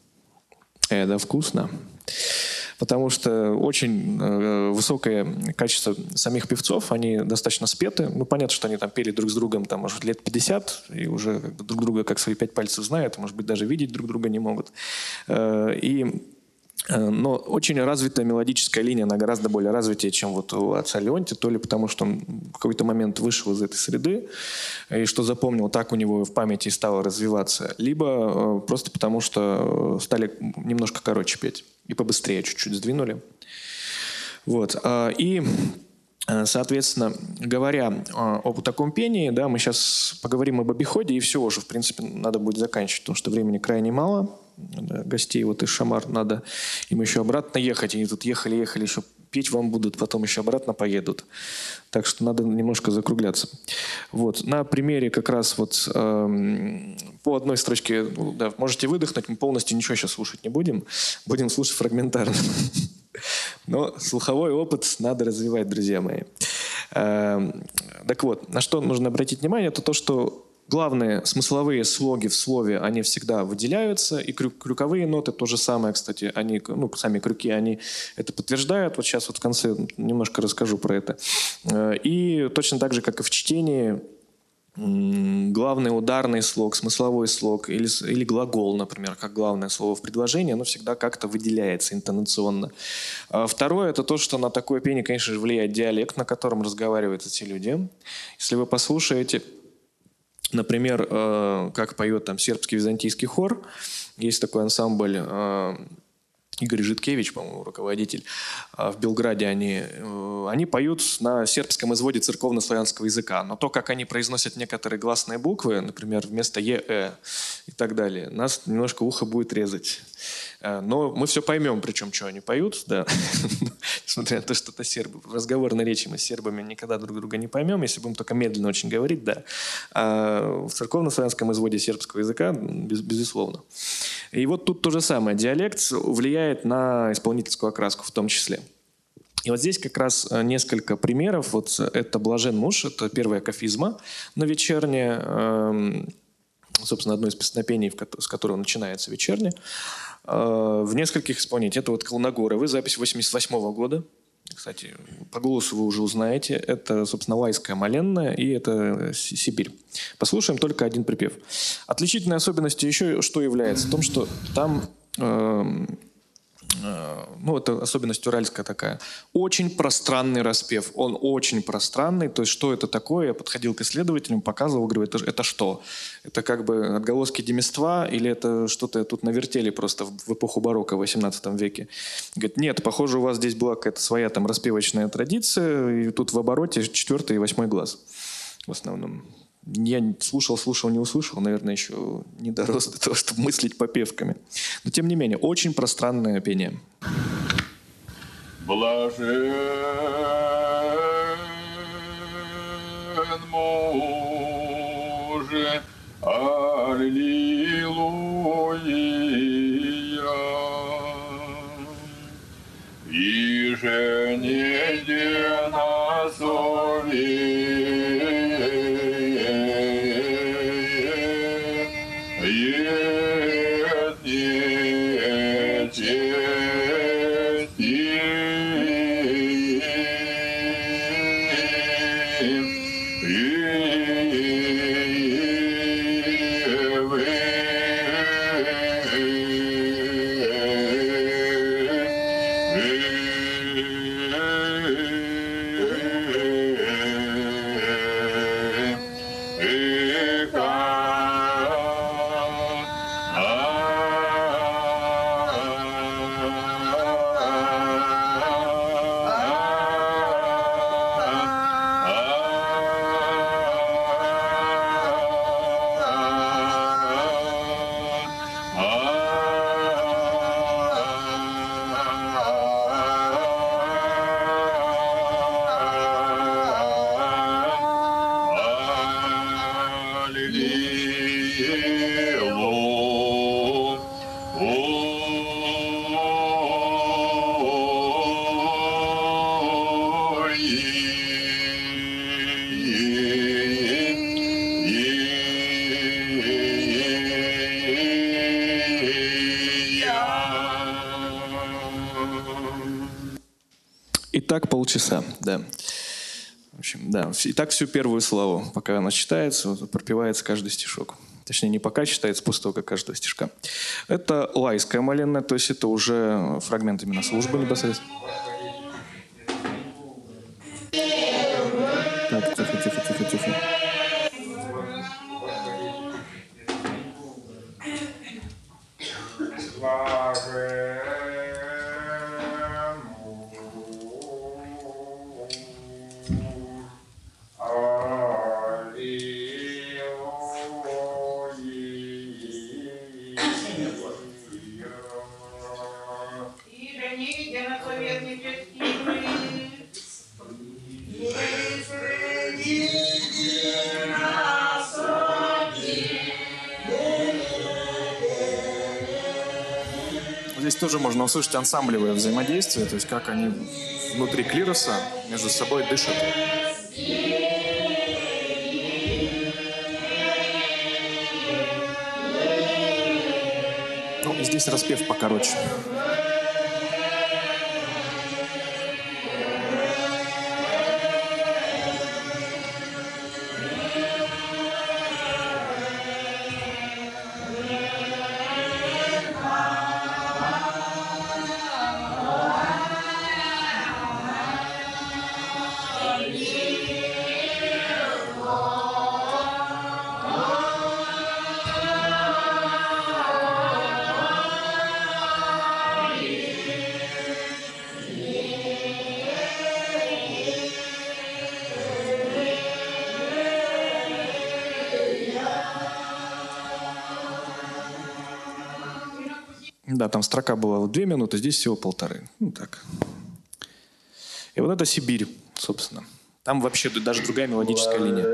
э, да вкусно. Потому что очень э, высокое качество самих певцов, они достаточно спеты. Ну, понятно, что они там пели друг с другом, там, может, лет пятьдесят, и уже как бы друг друга как свои пять пальцев знают, может быть, даже видеть друг друга не могут. Э, и Но очень развитая мелодическая линия, она гораздо более развитая, чем вот у отца Леонтия, то ли потому, что он в какой-то момент вышел из этой среды, и что запомнил, так у него в памяти стало развиваться, либо просто потому, что стали немножко короче петь и побыстрее чуть-чуть сдвинули. Вот. И, соответственно, говоря об таком пении, да, мы сейчас поговорим об обиходе, и все уже, в принципе, надо будет заканчивать, потому что времени крайне мало. Гостей вот из Шамар надо им еще обратно ехать. Они тут ехали-ехали, еще петь вам будут, потом еще обратно поедут. Так что надо немножко закругляться. Вот. На примере как раз вот эм, по одной строчке, ну, да, можете выдохнуть, мы полностью ничего сейчас слушать не будем. Будем слушать фрагментарно. Но слуховой опыт надо развивать, друзья мои. Эм, так вот, на что нужно обратить внимание, это то, что главные смысловые слоги в слове, они всегда выделяются, и крю- крюковые ноты то же самое, кстати, они, ну, сами крюки, они это подтверждают. Вот сейчас вот в конце немножко расскажу про это. И точно так же, как и в чтении, главный ударный слог, смысловой слог или, или глагол, например, как главное слово в предложении, оно всегда как-то выделяется интонационно. А второе – это то, что на такое пение, конечно же, влияет диалект, на котором разговаривают эти люди. Если вы послушаете, например, э, как поет там сербский византийский хор. Есть такой ансамбль, э, Игорь Житкевич, по-моему, руководитель. Э, в Белграде они, э, они поют на сербском изводе церковно-славянского языка. Но то, как они произносят некоторые гласные буквы, например, вместо «е», «э» и так далее, нас немножко ухо будет резать. Но мы все поймем, причем, что они поют, да. Несмотря на то, что это сербы. В разговорной речи мы с сербами никогда друг друга не поймем, если будем только медленно очень говорить, да. А в церковно-славянском изводе сербского языка, без, безусловно. И вот тут то же самое. Диалект влияет на исполнительскую окраску в том числе. И вот здесь как раз несколько примеров. Вот это «Блажен муж», это первая кафизма на вечернее, собственно, одно из песнопений, с которого начинается вечернее. В нескольких исполнениях. Это вот «Колногоровы», запись восемьдесят восьмого года. Кстати, по голосу вы уже узнаете. Это, собственно, Лайская моленная, и это Сибирь. Послушаем только один припев. Отличительной особенностью еще что является? В том, что там... Э, ну, это особенность уральская такая. Очень пространный распев. Он очень пространный. То есть, что это такое? Я подходил к исследователям, показывал, говорю, это, это что? Это как бы отголоски демества или это что-то тут навертели просто в эпоху барокко в восемнадцатом веке? Говорит, нет, похоже, у вас здесь была какая-то своя там распевочная традиция, и тут в обороте четвертый и восьмой глаз в основном. Я слушал, слушал, не услышал, наверное, еще не дорос до того, чтобы мыслить попевками. Но, тем не менее, очень пространное пение. Блажен муже, аллилуйя, и же не на совет. И так полчаса, да. В общем, да. И так всю первую славу, пока она читается, вот, пропевается каждый стишок. Точнее, не пока читается, после того, как каждого стишка. Это лайская молельная, то есть это уже фрагмент именно службы непосредственно. Так, тихо, тихо, тихо, тихо. Здесь тоже можно услышать ансамблевое взаимодействие, то есть как они внутри клироса между собой дышат. Ну, и здесь распев покороче. Да, там строка была две минуты, здесь всего полторы. Ну так. И вот это Сибирь, собственно. Там вообще даже другая мелодическая линия.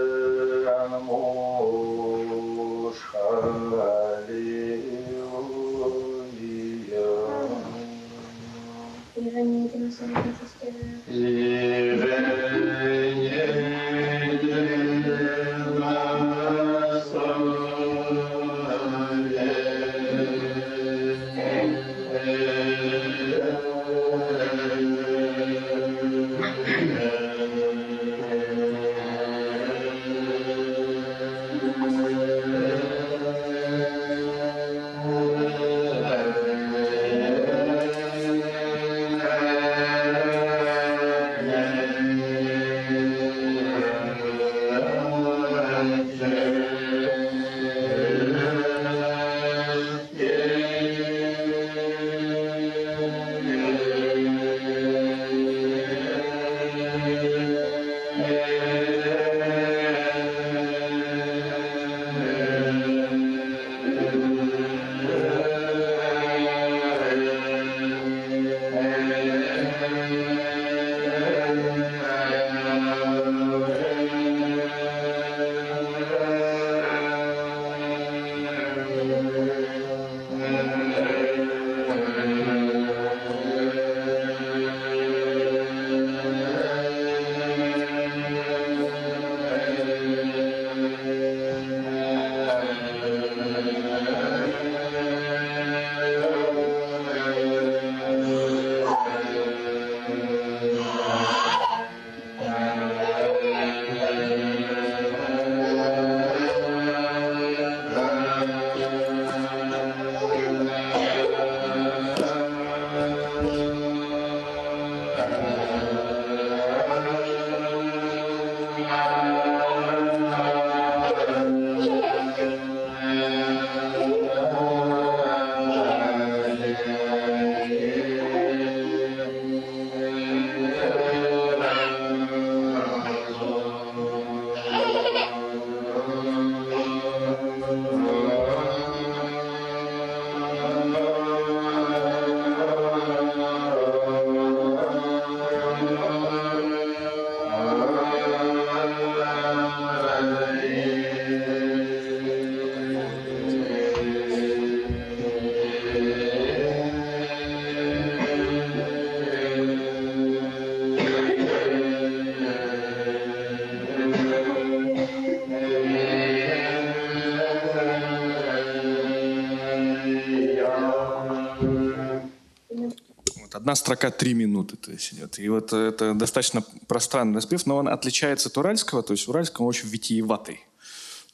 Одна строка три минуты, то есть идет. И вот это достаточно пространный распев, но он отличается от уральского, то есть уральского он очень витиеватый.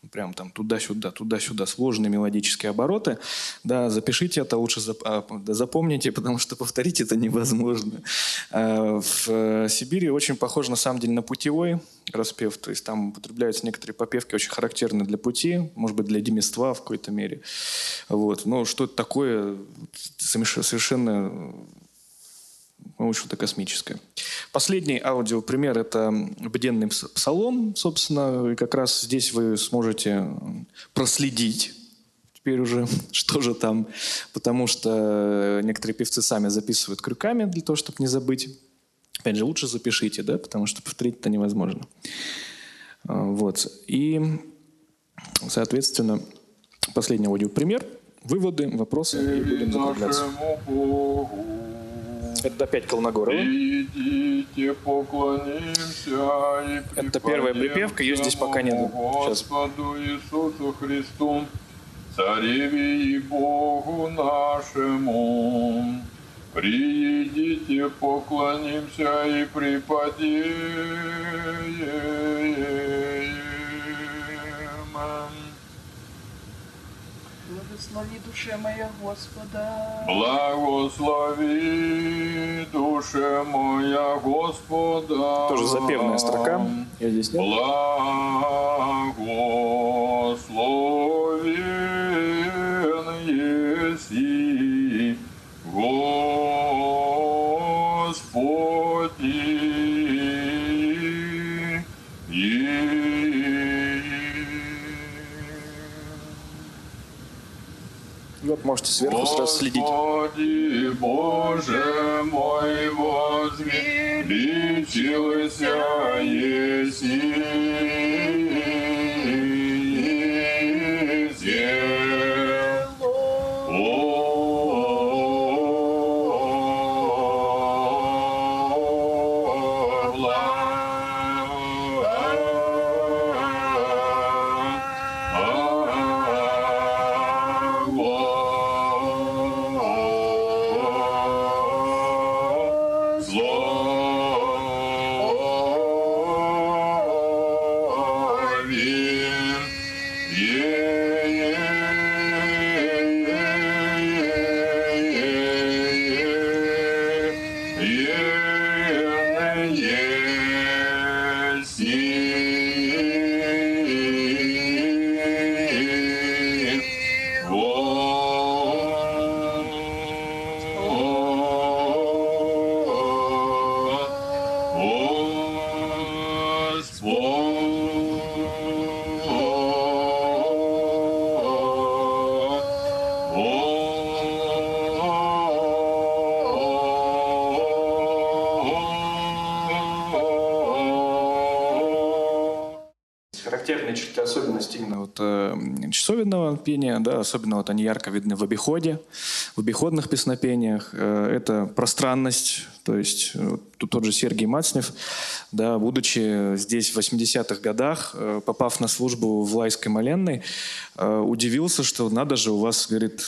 прям там туда-сюда, туда-сюда, сложные мелодические обороты. Да, запишите это, лучше зап- а, да, запомните, потому что повторить это невозможно. А, в Сибири очень похож на самом деле на путевой распев, то есть там употребляются некоторые попевки, очень характерные для пути, может быть, для демества в какой-то мере. Вот. Но что это такое совершенно... Ну, что-то космическое. Последний аудиопример – это бденный псалом, собственно. И как раз здесь вы сможете проследить теперь уже, что же там. Потому что некоторые певцы сами записывают крюками для того, чтобы не забыть. Опять же, лучше запишите, да, потому что повторить это невозможно. Вот. И, соответственно, последний аудиопример. Выводы, вопросы, и будем закругляться. Это опять Колмогорова. Идите, поклонимся и Это первая припевка, ее здесь пока нет. Сейчас. Господу Иисусу Христу, Цареве и Богу нашему. Приидите, поклонимся и припадем. Благослови душе моя Господа. Благослови душе моя Господа. Тоже запевная строка. Я здесь нет. Благословен еси Господи. Вот можете сверху сразу следить. Господи, Боже мой, возвеличился еси, еси. О, Характерные черты, особенности именно вот, э, часовенного пения, да, особенно вот они ярко видны в обиходе, в обиходных песнопениях. Э, это пространность, то есть э, тут тот же Сергий Мацнев, да, будучи здесь в восьмидесятых годах, э, попав на службу в Лайской Моленной, э, удивился, что надо же, у вас, говорит,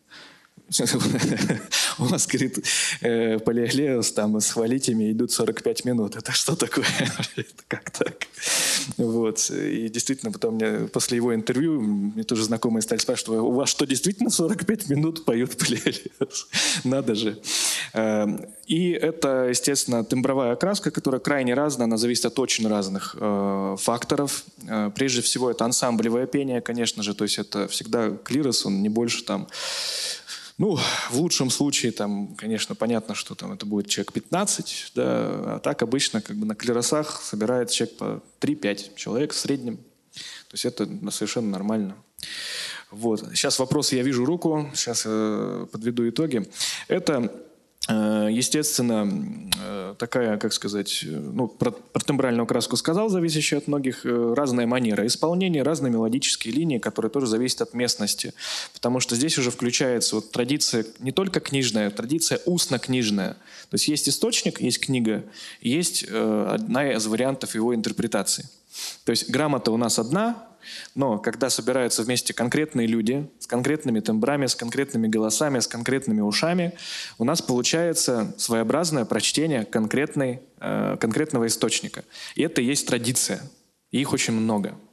у нас, говорит, э, полиглеус, там с хвалитями идут сорок пять минут. Это что такое? Как так? Вот. И действительно, потом мне, после его интервью, мне тоже знакомые стали спрашивать, у вас что, действительно сорок пять минут поют полиглеус? Надо же. И это, естественно, тембровая окраска, которая крайне разная, она зависит от очень разных э, факторов. Э, прежде всего, это ансамблевое пение, конечно же, то есть это всегда клирос, он не больше там... Ну, в лучшем случае, там, конечно, понятно, что там это будет человек пятнадцать, да, а так обычно как бы на клиросах собирает человек по три-пять человек в среднем. То есть это совершенно нормально. Вот. Сейчас вопрос, я вижу руку, сейчас я подведу итоги. Это, естественно, такая, как сказать, ну, про, про тембральную окраску сказал, зависящая от многих, разная манера исполнения, разные мелодические линии, которые тоже зависят от местности. Потому что здесь уже включается вот традиция не только книжная, традиция устно-книжная. То есть есть источник, есть книга, есть э, одна из вариантов его интерпретации. То есть грамота у нас одна, но когда собираются вместе конкретные люди с конкретными тембрами, с конкретными голосами, с конкретными ушами, у нас получается своеобразное прочтение конкретной, э, конкретного источника. И это и есть традиция. И их очень много.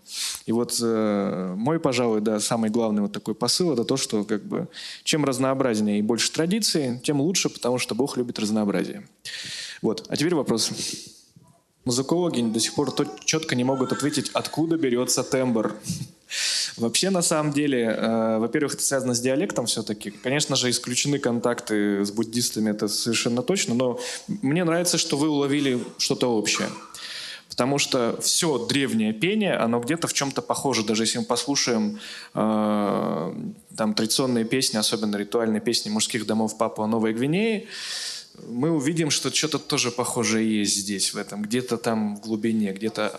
И вот э, мой, пожалуй, да, самый главный вот такой посыл – это то, что как бы чем разнообразнее и больше традиций, тем лучше, потому что Бог любит разнообразие. Вот. А теперь вопрос. Музыкологи до сих пор четко не могут ответить, откуда берется тембр. Вообще, на самом деле, э, во-первых, это связано с диалектом все-таки. Конечно же, исключены контакты с буддистами, это совершенно точно, но мне нравится, что вы уловили что-то общее. Потому что все древнее пение, оно где-то в чем-то похоже. Даже если мы послушаем э, там, традиционные песни, особенно ритуальные песни мужских домов Папуа-Новой Гвинеи, мы увидим, что что-то тоже похожее есть здесь, в этом. Где-то там в глубине, где-то...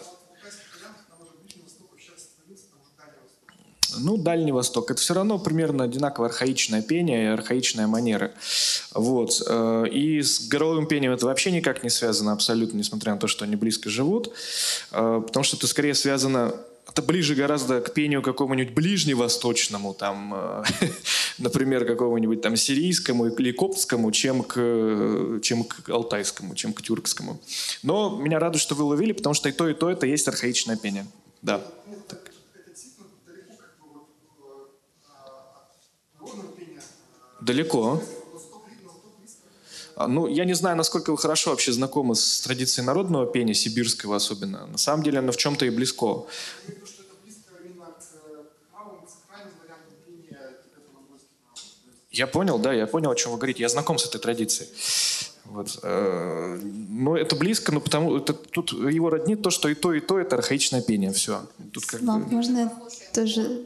Ну, Дальний Восток. Это все равно примерно одинаково архаичное пение и архаичная манера. Вот. И с горловым пением это вообще никак не связано абсолютно, несмотря на то, что они близко живут. Потому что это скорее связано... Это ближе гораздо к пению какому-нибудь ближневосточному, там, например, какому-нибудь там сирийскому или коптскому, чем к, чем к алтайскому, чем к тюркскому. Но меня радует, что вы ловили, потому что и то, и то это есть архаичное пение. Да. Далеко. Ну, я не знаю, насколько вы хорошо вообще знакомы с традицией народного пения, сибирского особенно. На самом деле оно в чем-то и близко. Я понял, да, я понял, о чем вы говорите. Я знаком с этой традицией. Вот. Но это близко, но потому это, тут его роднит то, что и то, и то это архаичное пение. Все. Тут как Вам бы... можно тоже...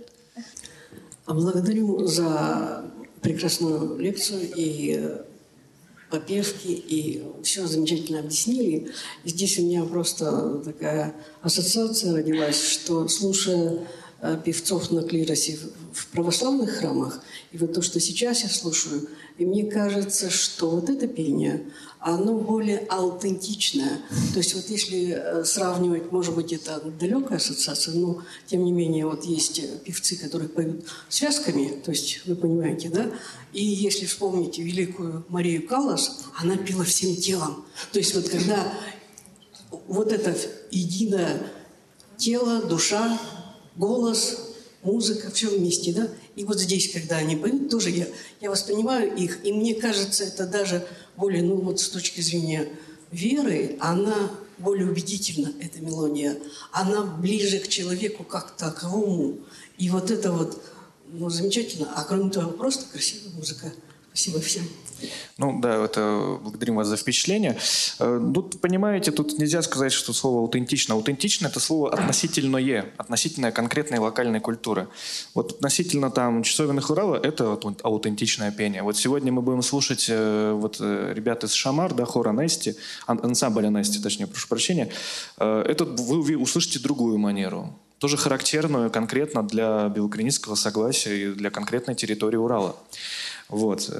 Благодарю за прекрасную лекцию и попевки, и все замечательно объяснили. И здесь у меня просто такая ассоциация родилась, что, слушая певцов на клиросе в православных храмах, и вот то, что сейчас я слушаю, и мне кажется, что вот это пение, оно более аутентичное. То есть вот если сравнивать, может быть, это далекая ассоциация, но тем не менее вот есть певцы, которые поют связками, то есть вы понимаете, да? И если вспомнить великую Марию Каллас, она пела всем телом. То есть вот когда вот это единое тело, душа, голос, музыка, все вместе, да? И вот здесь, когда они поют, тоже я, я воспринимаю их, и мне кажется, это даже более, ну вот с точки зрения веры, она более убедительна, эта мелодия. Она ближе к человеку как таковому. И вот это вот, ну, замечательно. А кроме того, просто красивая музыка. Спасибо всем. Ну да, это благодарим вас за впечатление. Тут, понимаете, тут нельзя сказать, что слово аутентично. Аутентично – это слово относительное, относительная конкретной локальной культуры. Вот относительно там часовенных Урала – это аутентичное пение. Вот сегодня мы будем слушать вот ребят из Шамар, да, хора Нести, ансамбля Нести, точнее, прошу прощения. Это вы услышите другую манеру. Тоже характерную конкретно для белокринического согласия и для конкретной территории Урала. Вот.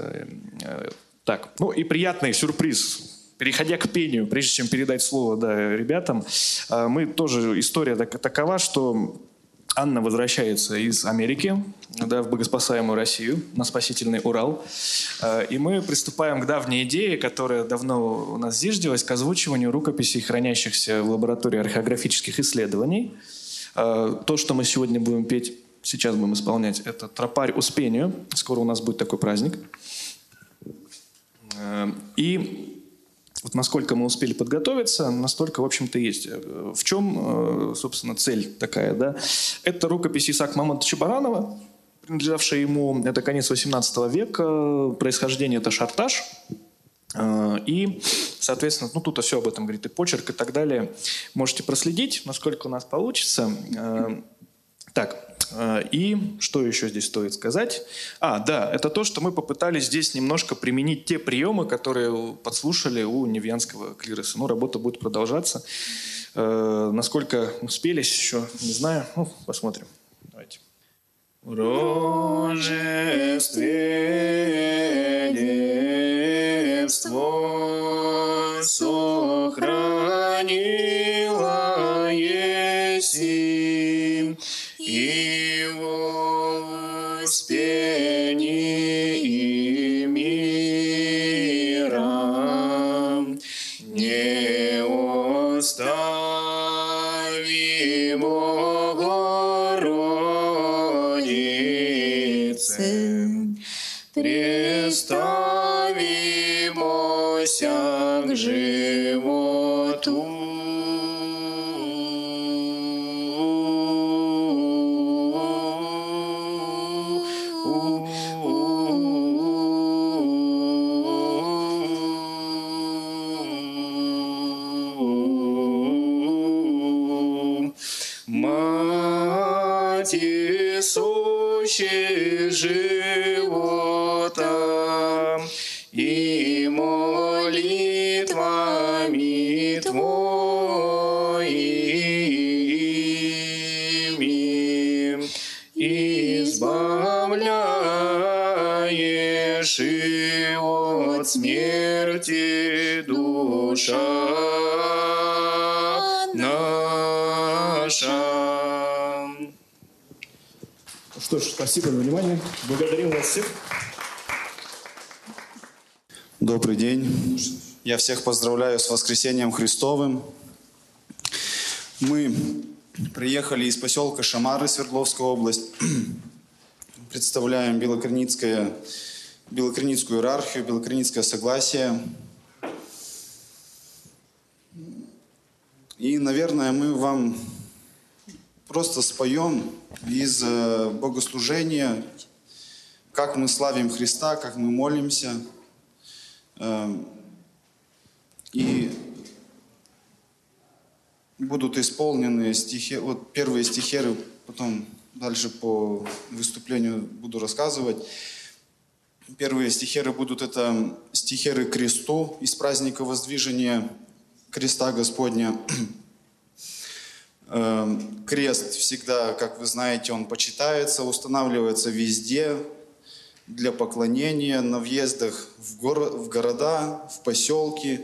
Так, ну и приятный сюрприз. Переходя к пению, прежде чем передать слово, да, ребятам, мы тоже, история так, такова, что Анна возвращается из Америки, да, в богоспасаемую Россию, на спасительный Урал. И мы приступаем к давней идее, которая давно у нас зиждилась, к озвучиванию рукописей, хранящихся в лаборатории археографических исследований. То, что мы сегодня будем петь, сейчас будем исполнять, это «Тропарь Успению». Скоро у нас будет такой праздник. И вот насколько мы успели подготовиться, настолько, в общем-то, есть. В чем, собственно, цель такая, да? Это рукопись Исаака Мамонтовича Баранова, принадлежавшая ему, это конец восемнадцатого века, происхождение это Шарташ. И, соответственно, ну тут все об этом говорит, и почерк, и так далее. Можете проследить, насколько у нас получится. Так, и что еще здесь стоит сказать? А, да, это то, что мы попытались здесь немножко применить те приемы, которые подслушали у невьянского клироса. Ну, работа будет продолжаться. Насколько успелись еще, не знаю. Ну, посмотрим. Давайте. Рожестве девство сохранила еси, и в успении мира неуставимого к животу. Мати сущий живота, и молитвами Твоими избавляешь и от смерти душа наша. Что ж, спасибо за внимание. Благодарим вас всех. Добрый день. Я всех поздравляю с воскресением Христовым. Мы приехали из поселка Шамары, Свердловская область. Представляем Белокреницкое, Белокреницкую иерархию, Белокреницкое согласие. И, наверное, мы вам просто споем из богослужения, как мы славим Христа, как мы молимся. И будут исполнены стихи, вот первые стихеры, потом дальше по выступлению буду рассказывать. Первые стихеры будут это стихеры к кресту из праздника Воздвижения Креста Господня. Крест всегда, как вы знаете, он почитается, устанавливается везде для поклонения, на въездах в, горо- в города, в поселки.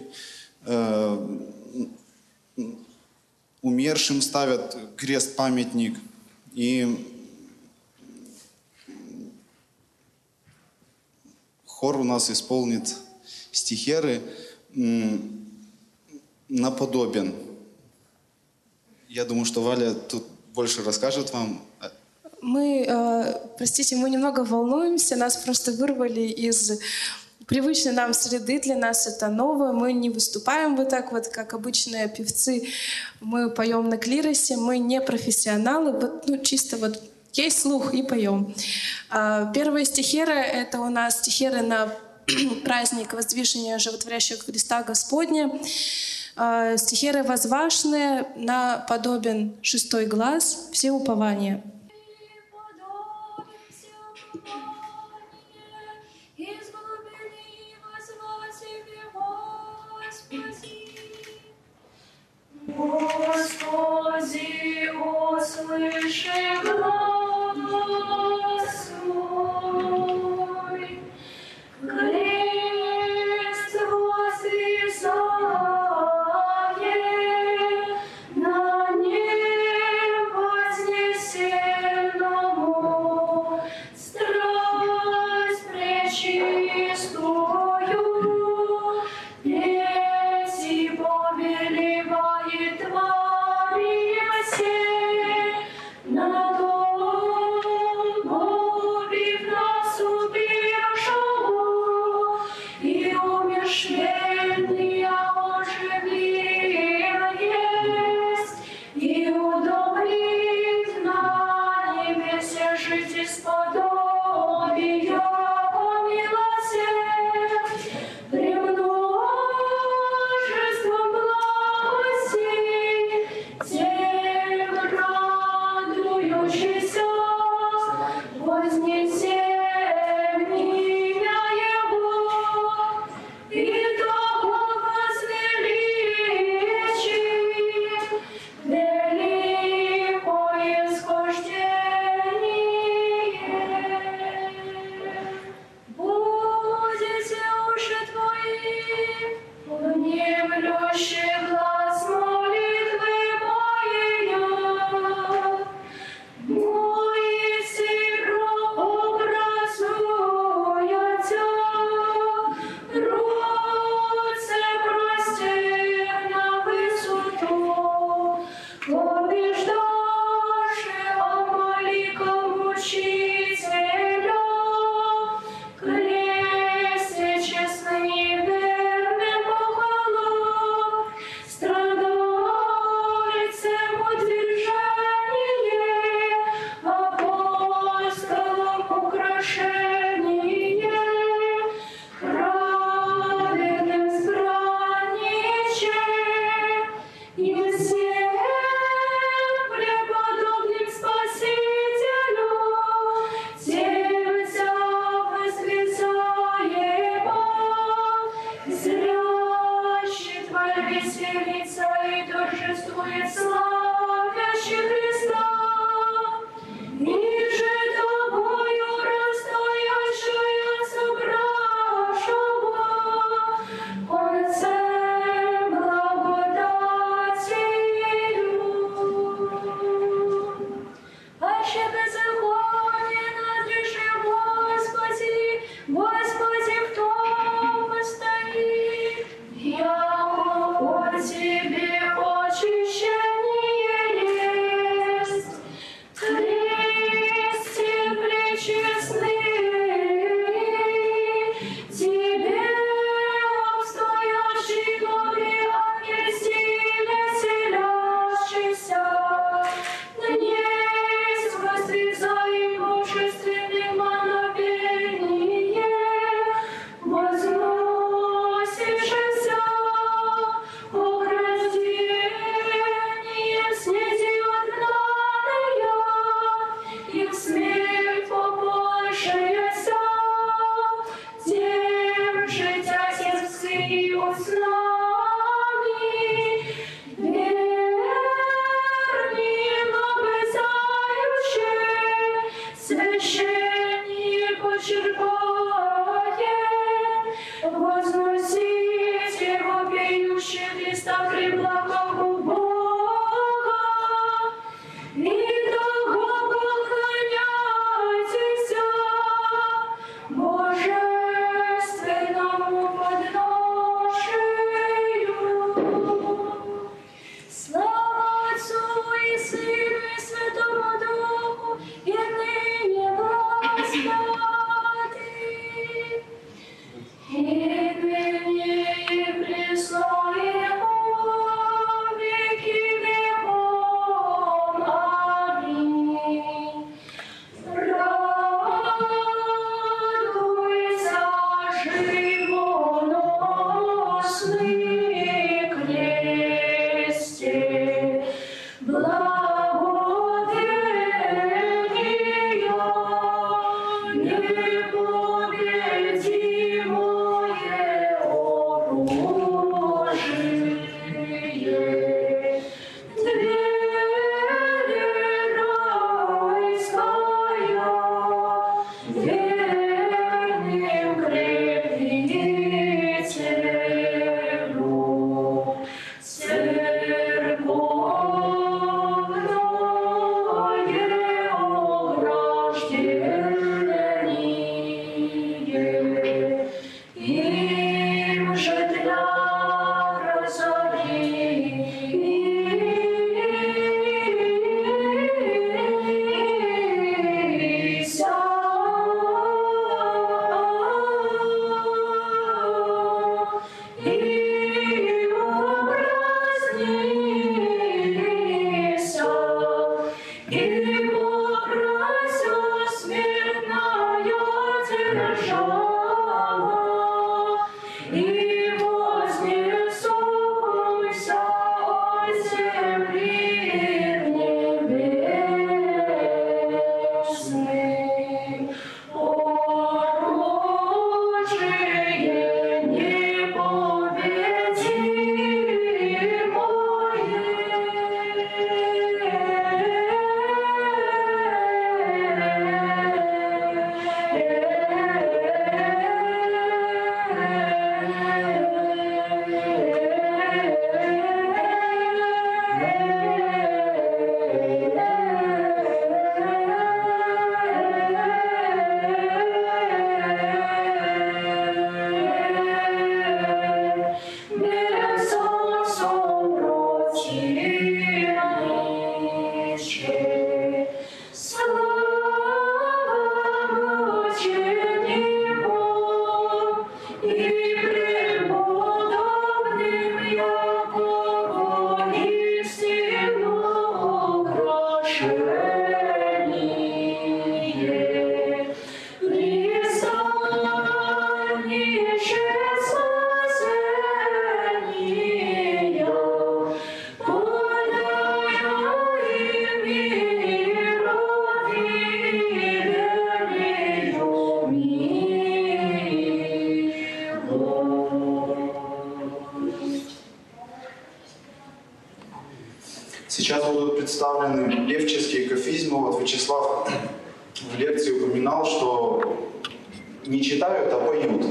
Умершим ставят крест-памятник. И хор у нас исполнит стихеры «Наподобен». Я думаю, что Валя тут больше расскажет вам. Мы, э, простите, мы немного волнуемся, нас просто вырвали из привычной нам среды, для нас это новое, мы не выступаем вот так вот, как обычные певцы, мы поем на клиросе, мы не профессионалы, вот, ну, чисто вот есть слух и поем. А первые стихеры — это у нас стихеры на праздник Воздвижения Животворящего Христа Господня. Стихеры возвышенные, наподобен шестой глаз, все упования. Господи, услыши глас мой, крест возвисает на небе вознесенному, страсть пречистую, петь и повелевает Твоя сей, на дом убив нас убежал, и умершленный оживил есть, и удобрит на небесе жить исподобия помилосердь, премножеством благостей, тем радующийся, вознесем имя Его, и того возвеличим великое схождение. Будете уши Твои, внемлющий глаз молитвы моей, Моисей прообразуя Тя, руце простер на высоту, побеждаши Амалика мучителя, кресте честный и верный похвалу. Израиль веселится и торжествует, славящий Христа. Ниже тобою расстоящая собрашего, Он цель благодатью. Аще беззаконие надлежи, Господи, Господи, кто постоит? Яко по Тебе очищение есть, Христе пречестный, Тебе обстоящий горе, ангел силе селящийся, днесь воздвигай божественным мановение, возносишься ограждением снеди отгнанная, и в смерть попавшаяся, тем життя сердце и уснами, верни обязающие, священник почерпает, возносить его пьющий Христа преблагого Бога, и того поклоняйтесь божественному подношению. Слава Отцу и Сыну и Святому Духу, и ныне Господи, и ныне и присно и во Сейчас будут представлены певческие кафизмы. Вот Вячеслав в лекции упоминал, что не читают, а поют.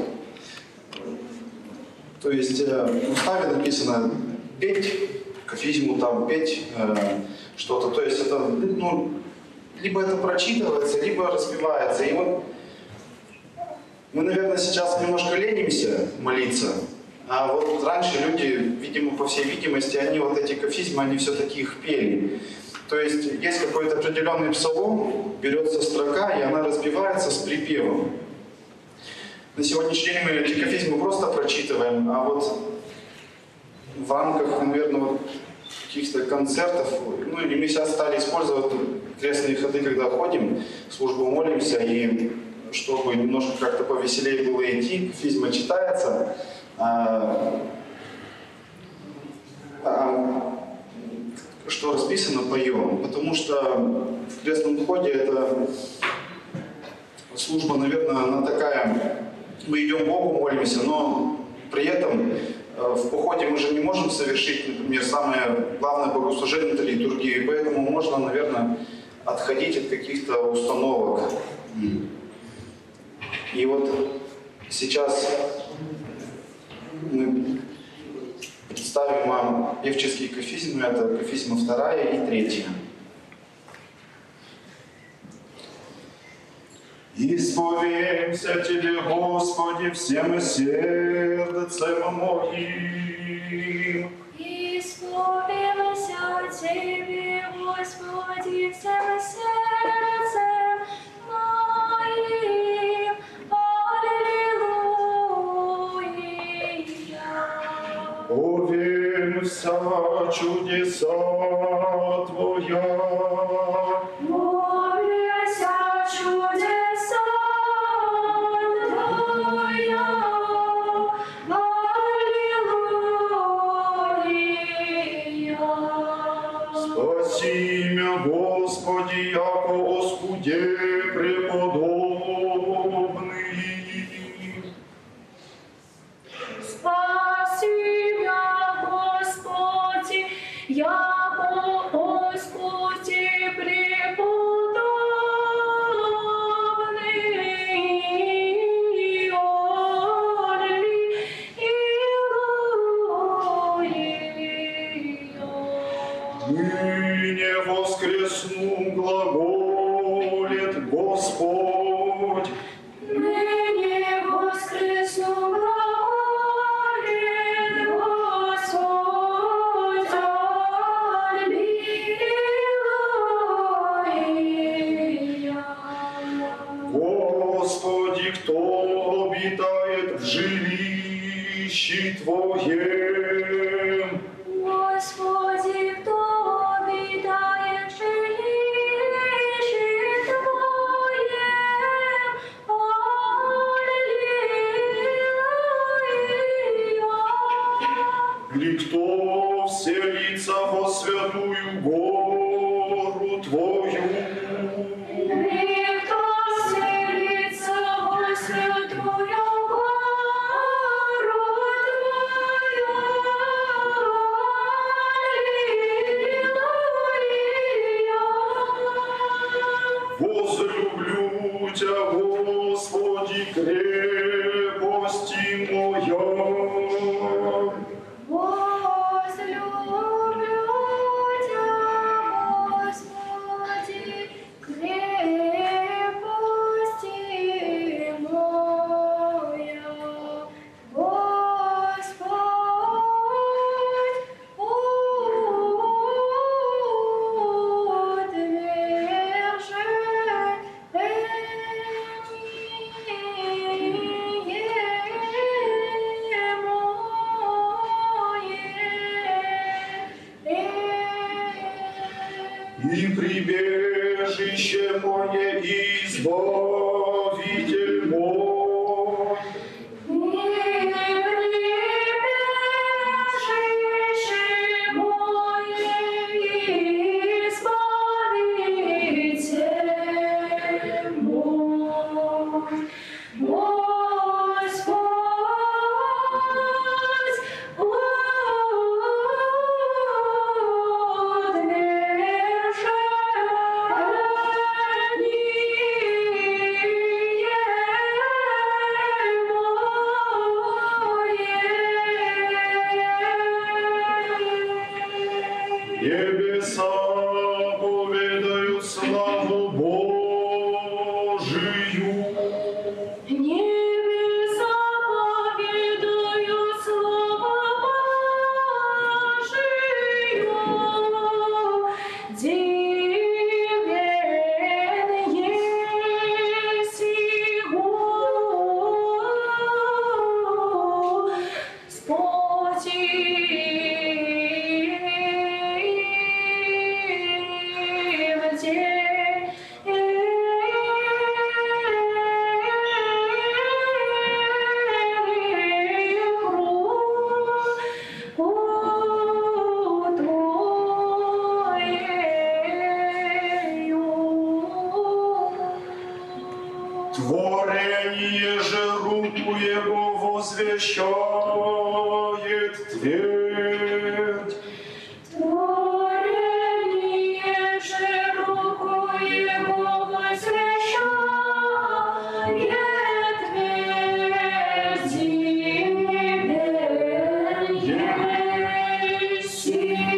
То есть в уставе написано петь кафизму, там петь э, что-то. То есть это, ну, либо это прочитывается, либо распевается. И вот мы, наверное, сейчас немножко ленимся молиться, а вот раньше люди, видимо, по всей видимости, они вот эти кафизмы, они все-таки их пели. То есть есть какой-то определенный псалом, берется строка, и она разбивается с припевом. На сегодняшний день мы эти кафизмы просто прочитываем, а вот в рамках, наверное, вот каких-то концертов, ну или мы сейчас стали использовать крестные ходы, когда ходим, службу молимся, и чтобы немножко как-то повеселее было идти, кафизма читается, а, а, что расписано, поем. Потому что в крестном ходе это служба, наверное, она такая, мы идем Богу, молимся, но при этом в походе мы же не можем совершить, например, самое главное богослужение — это литургия, и поэтому можно, наверное, отходить от каких-то установок. И вот сейчас мы представим вам певческие кафизмы, это кафизма вторая и третья. Исповемся Тебе, Господи, всем сердцем моим. Исповемся Тебе, Господи, всем сердцем моим. Аллилуйя. Повемся чудеса Твоя. Повемся чудеса Твоя. Аллилуйя. Спаси меня, Господи, яко оскуде преподобный. Спаси меня, Господи, яко Господи преподобный. Аллилуйя. Ныне воскресну глаголет Господь. Ныне воскресну глаголет Господь. Аллилуйя. Господи, кто обитает в жилище Твоем? Господи, кто обитает в жилище Твоем? Аллилуйя. Ли кто вселится во святую гору Твою? Никто вселится во святую гору Твою. Аллилуйя. Возлюблю Тебя, Господи, крепости моя. Возлюблю Тебя, Господи, крепости моя. Господь, И прибежище мое, и избавитель мой. прибежище мое, избавитель мой. Господь, утверждение Небеса поведают славу Божию. Небеса поведают славу Божию. Дивен еси Господь. Творение же руку Его возвещает твердь. Творение же руку Его возвещает твердь. Дивен еси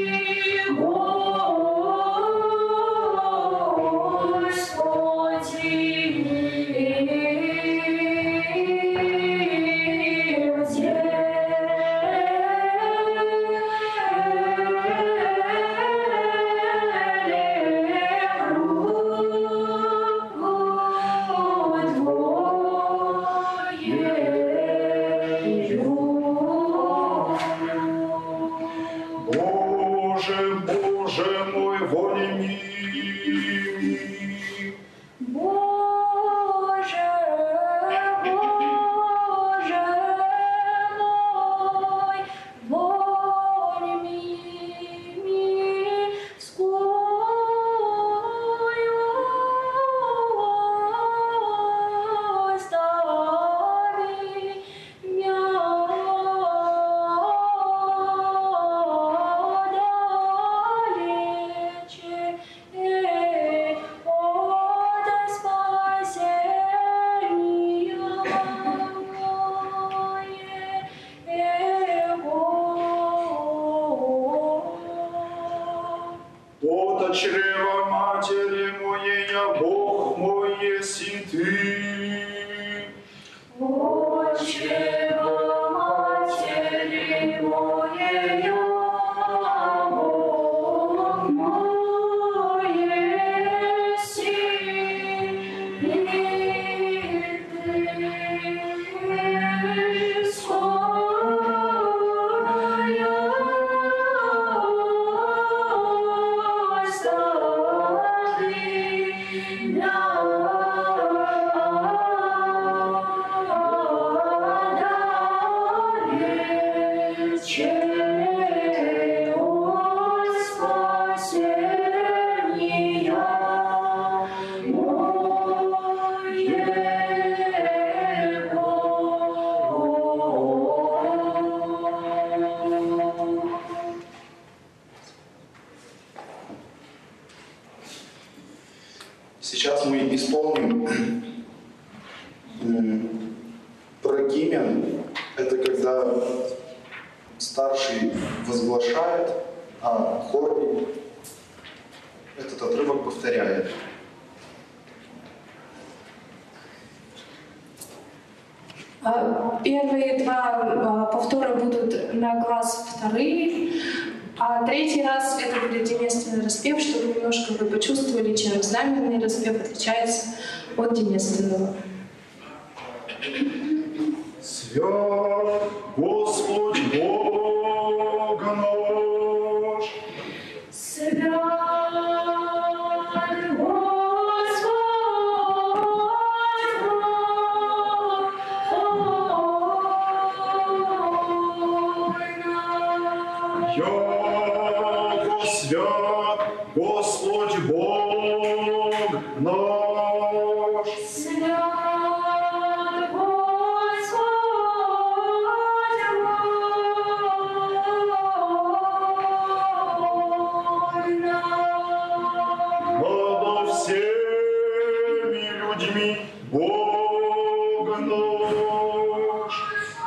Боже, Боже мой, воли милый. Боже, Боже мой, воль мирскую остави мя далече от спасения моего. От чрева матери моей, я Бог мой, еси ты. Отчева матери моей, Бог мой еси, и ты скорая остави мя далече от спасения моего. Сейчас мы исполним м, прокимен. Это когда старший возглашает, а хор этот отрывок повторяет. А, Первые два а, повтора будут на глаз вторые, а третий раз это будет деместный распев, чтобы немножко вы почувствовали, чем знаменный распев отличается от деместного. Свят Господь Бог наш. Свят Яко свят Господь Бог наш. Свят Господь Бог наш. Надо всеми людьми Бог наш.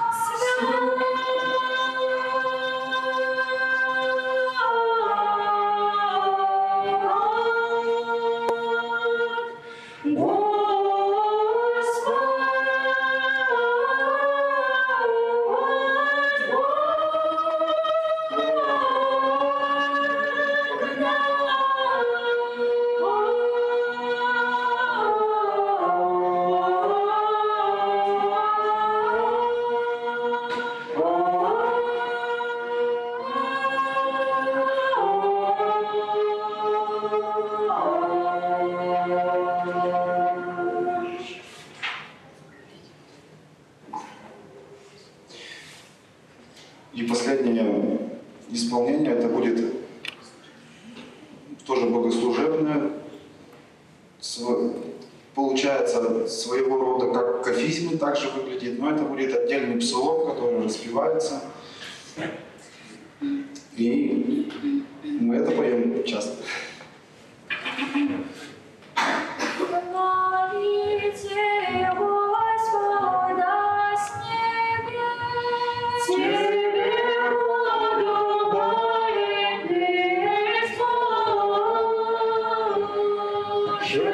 Свят исполнение это будет тоже богослужебное. Получается, своего рода как кафизм также выглядит, но это будет отдельный псалом, который распевается. И мы это поем часто. Хвалите Господа с небес, Тебе подобает Бесбожие.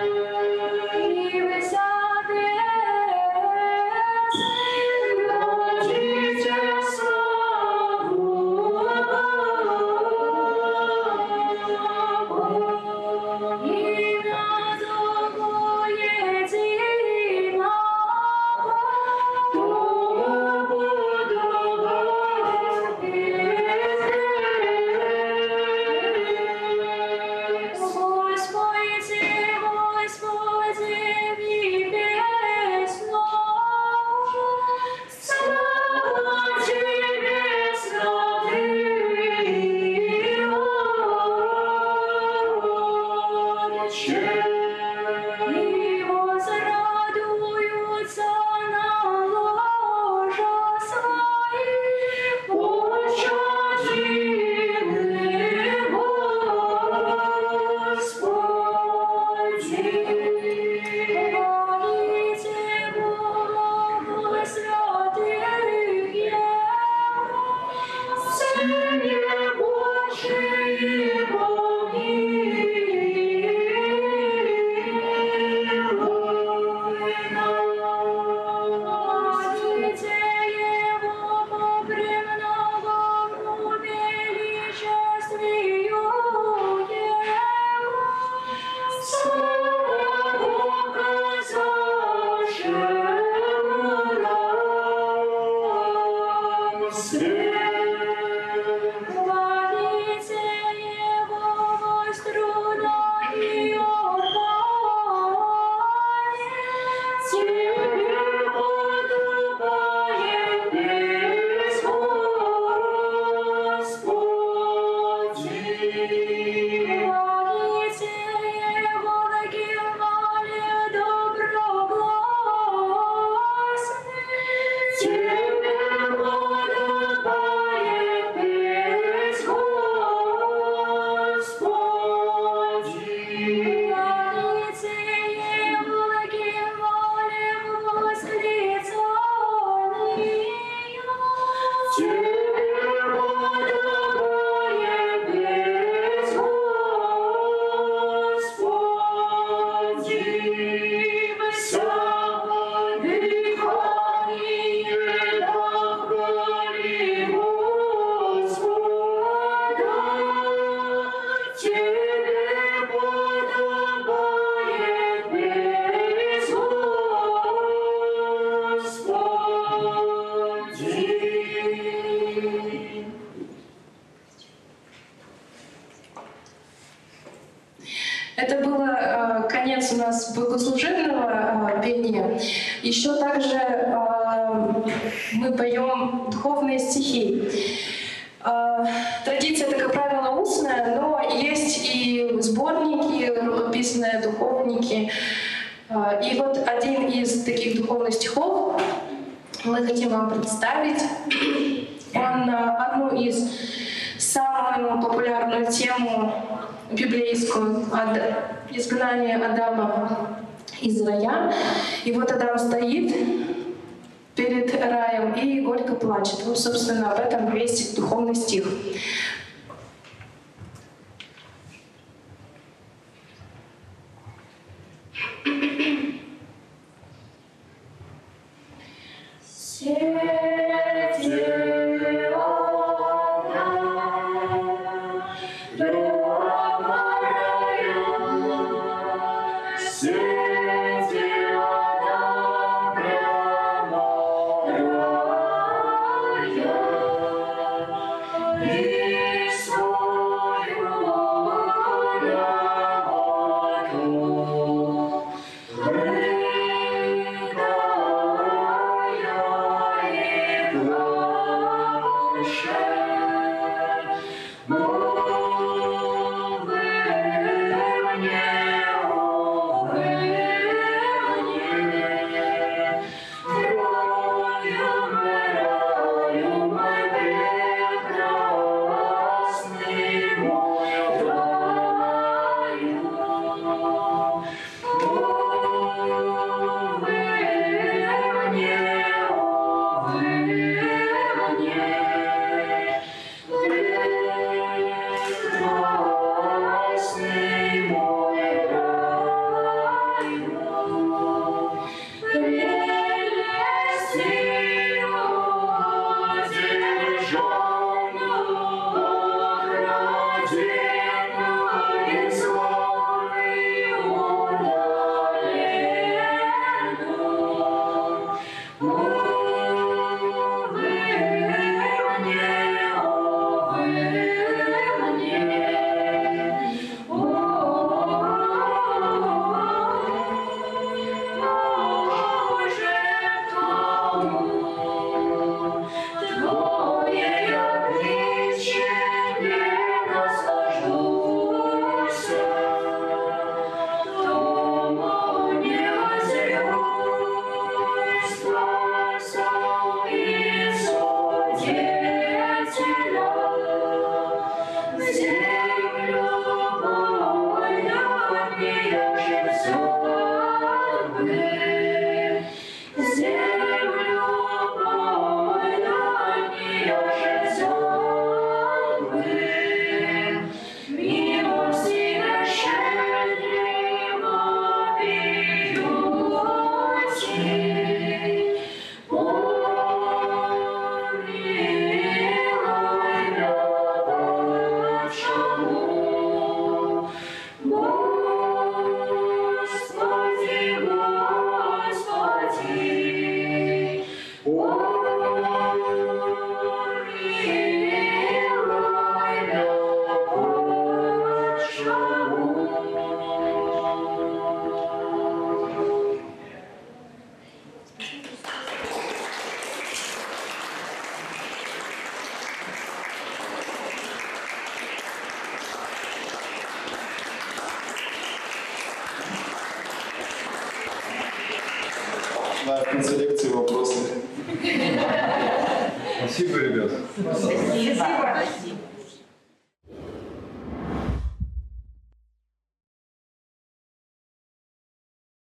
Это был э, конец у нас богослужебного э, пения. Еще также э, мы поем духовные стихи. Э, традиция, это, как правило, устная, но есть и сборники, рукописные, духовники. Э, и вот один из таких духовных стихов мы хотим вам представить. Он э, одну из самую популярную тему библейскую от изгнания Адама из рая. И вот Адам стоит перед раем и горько плачет. Вот, собственно, об этом весь духовный стих. Yeah. Да, в конце лекции вопросы. Спасибо, ребят. Спасибо.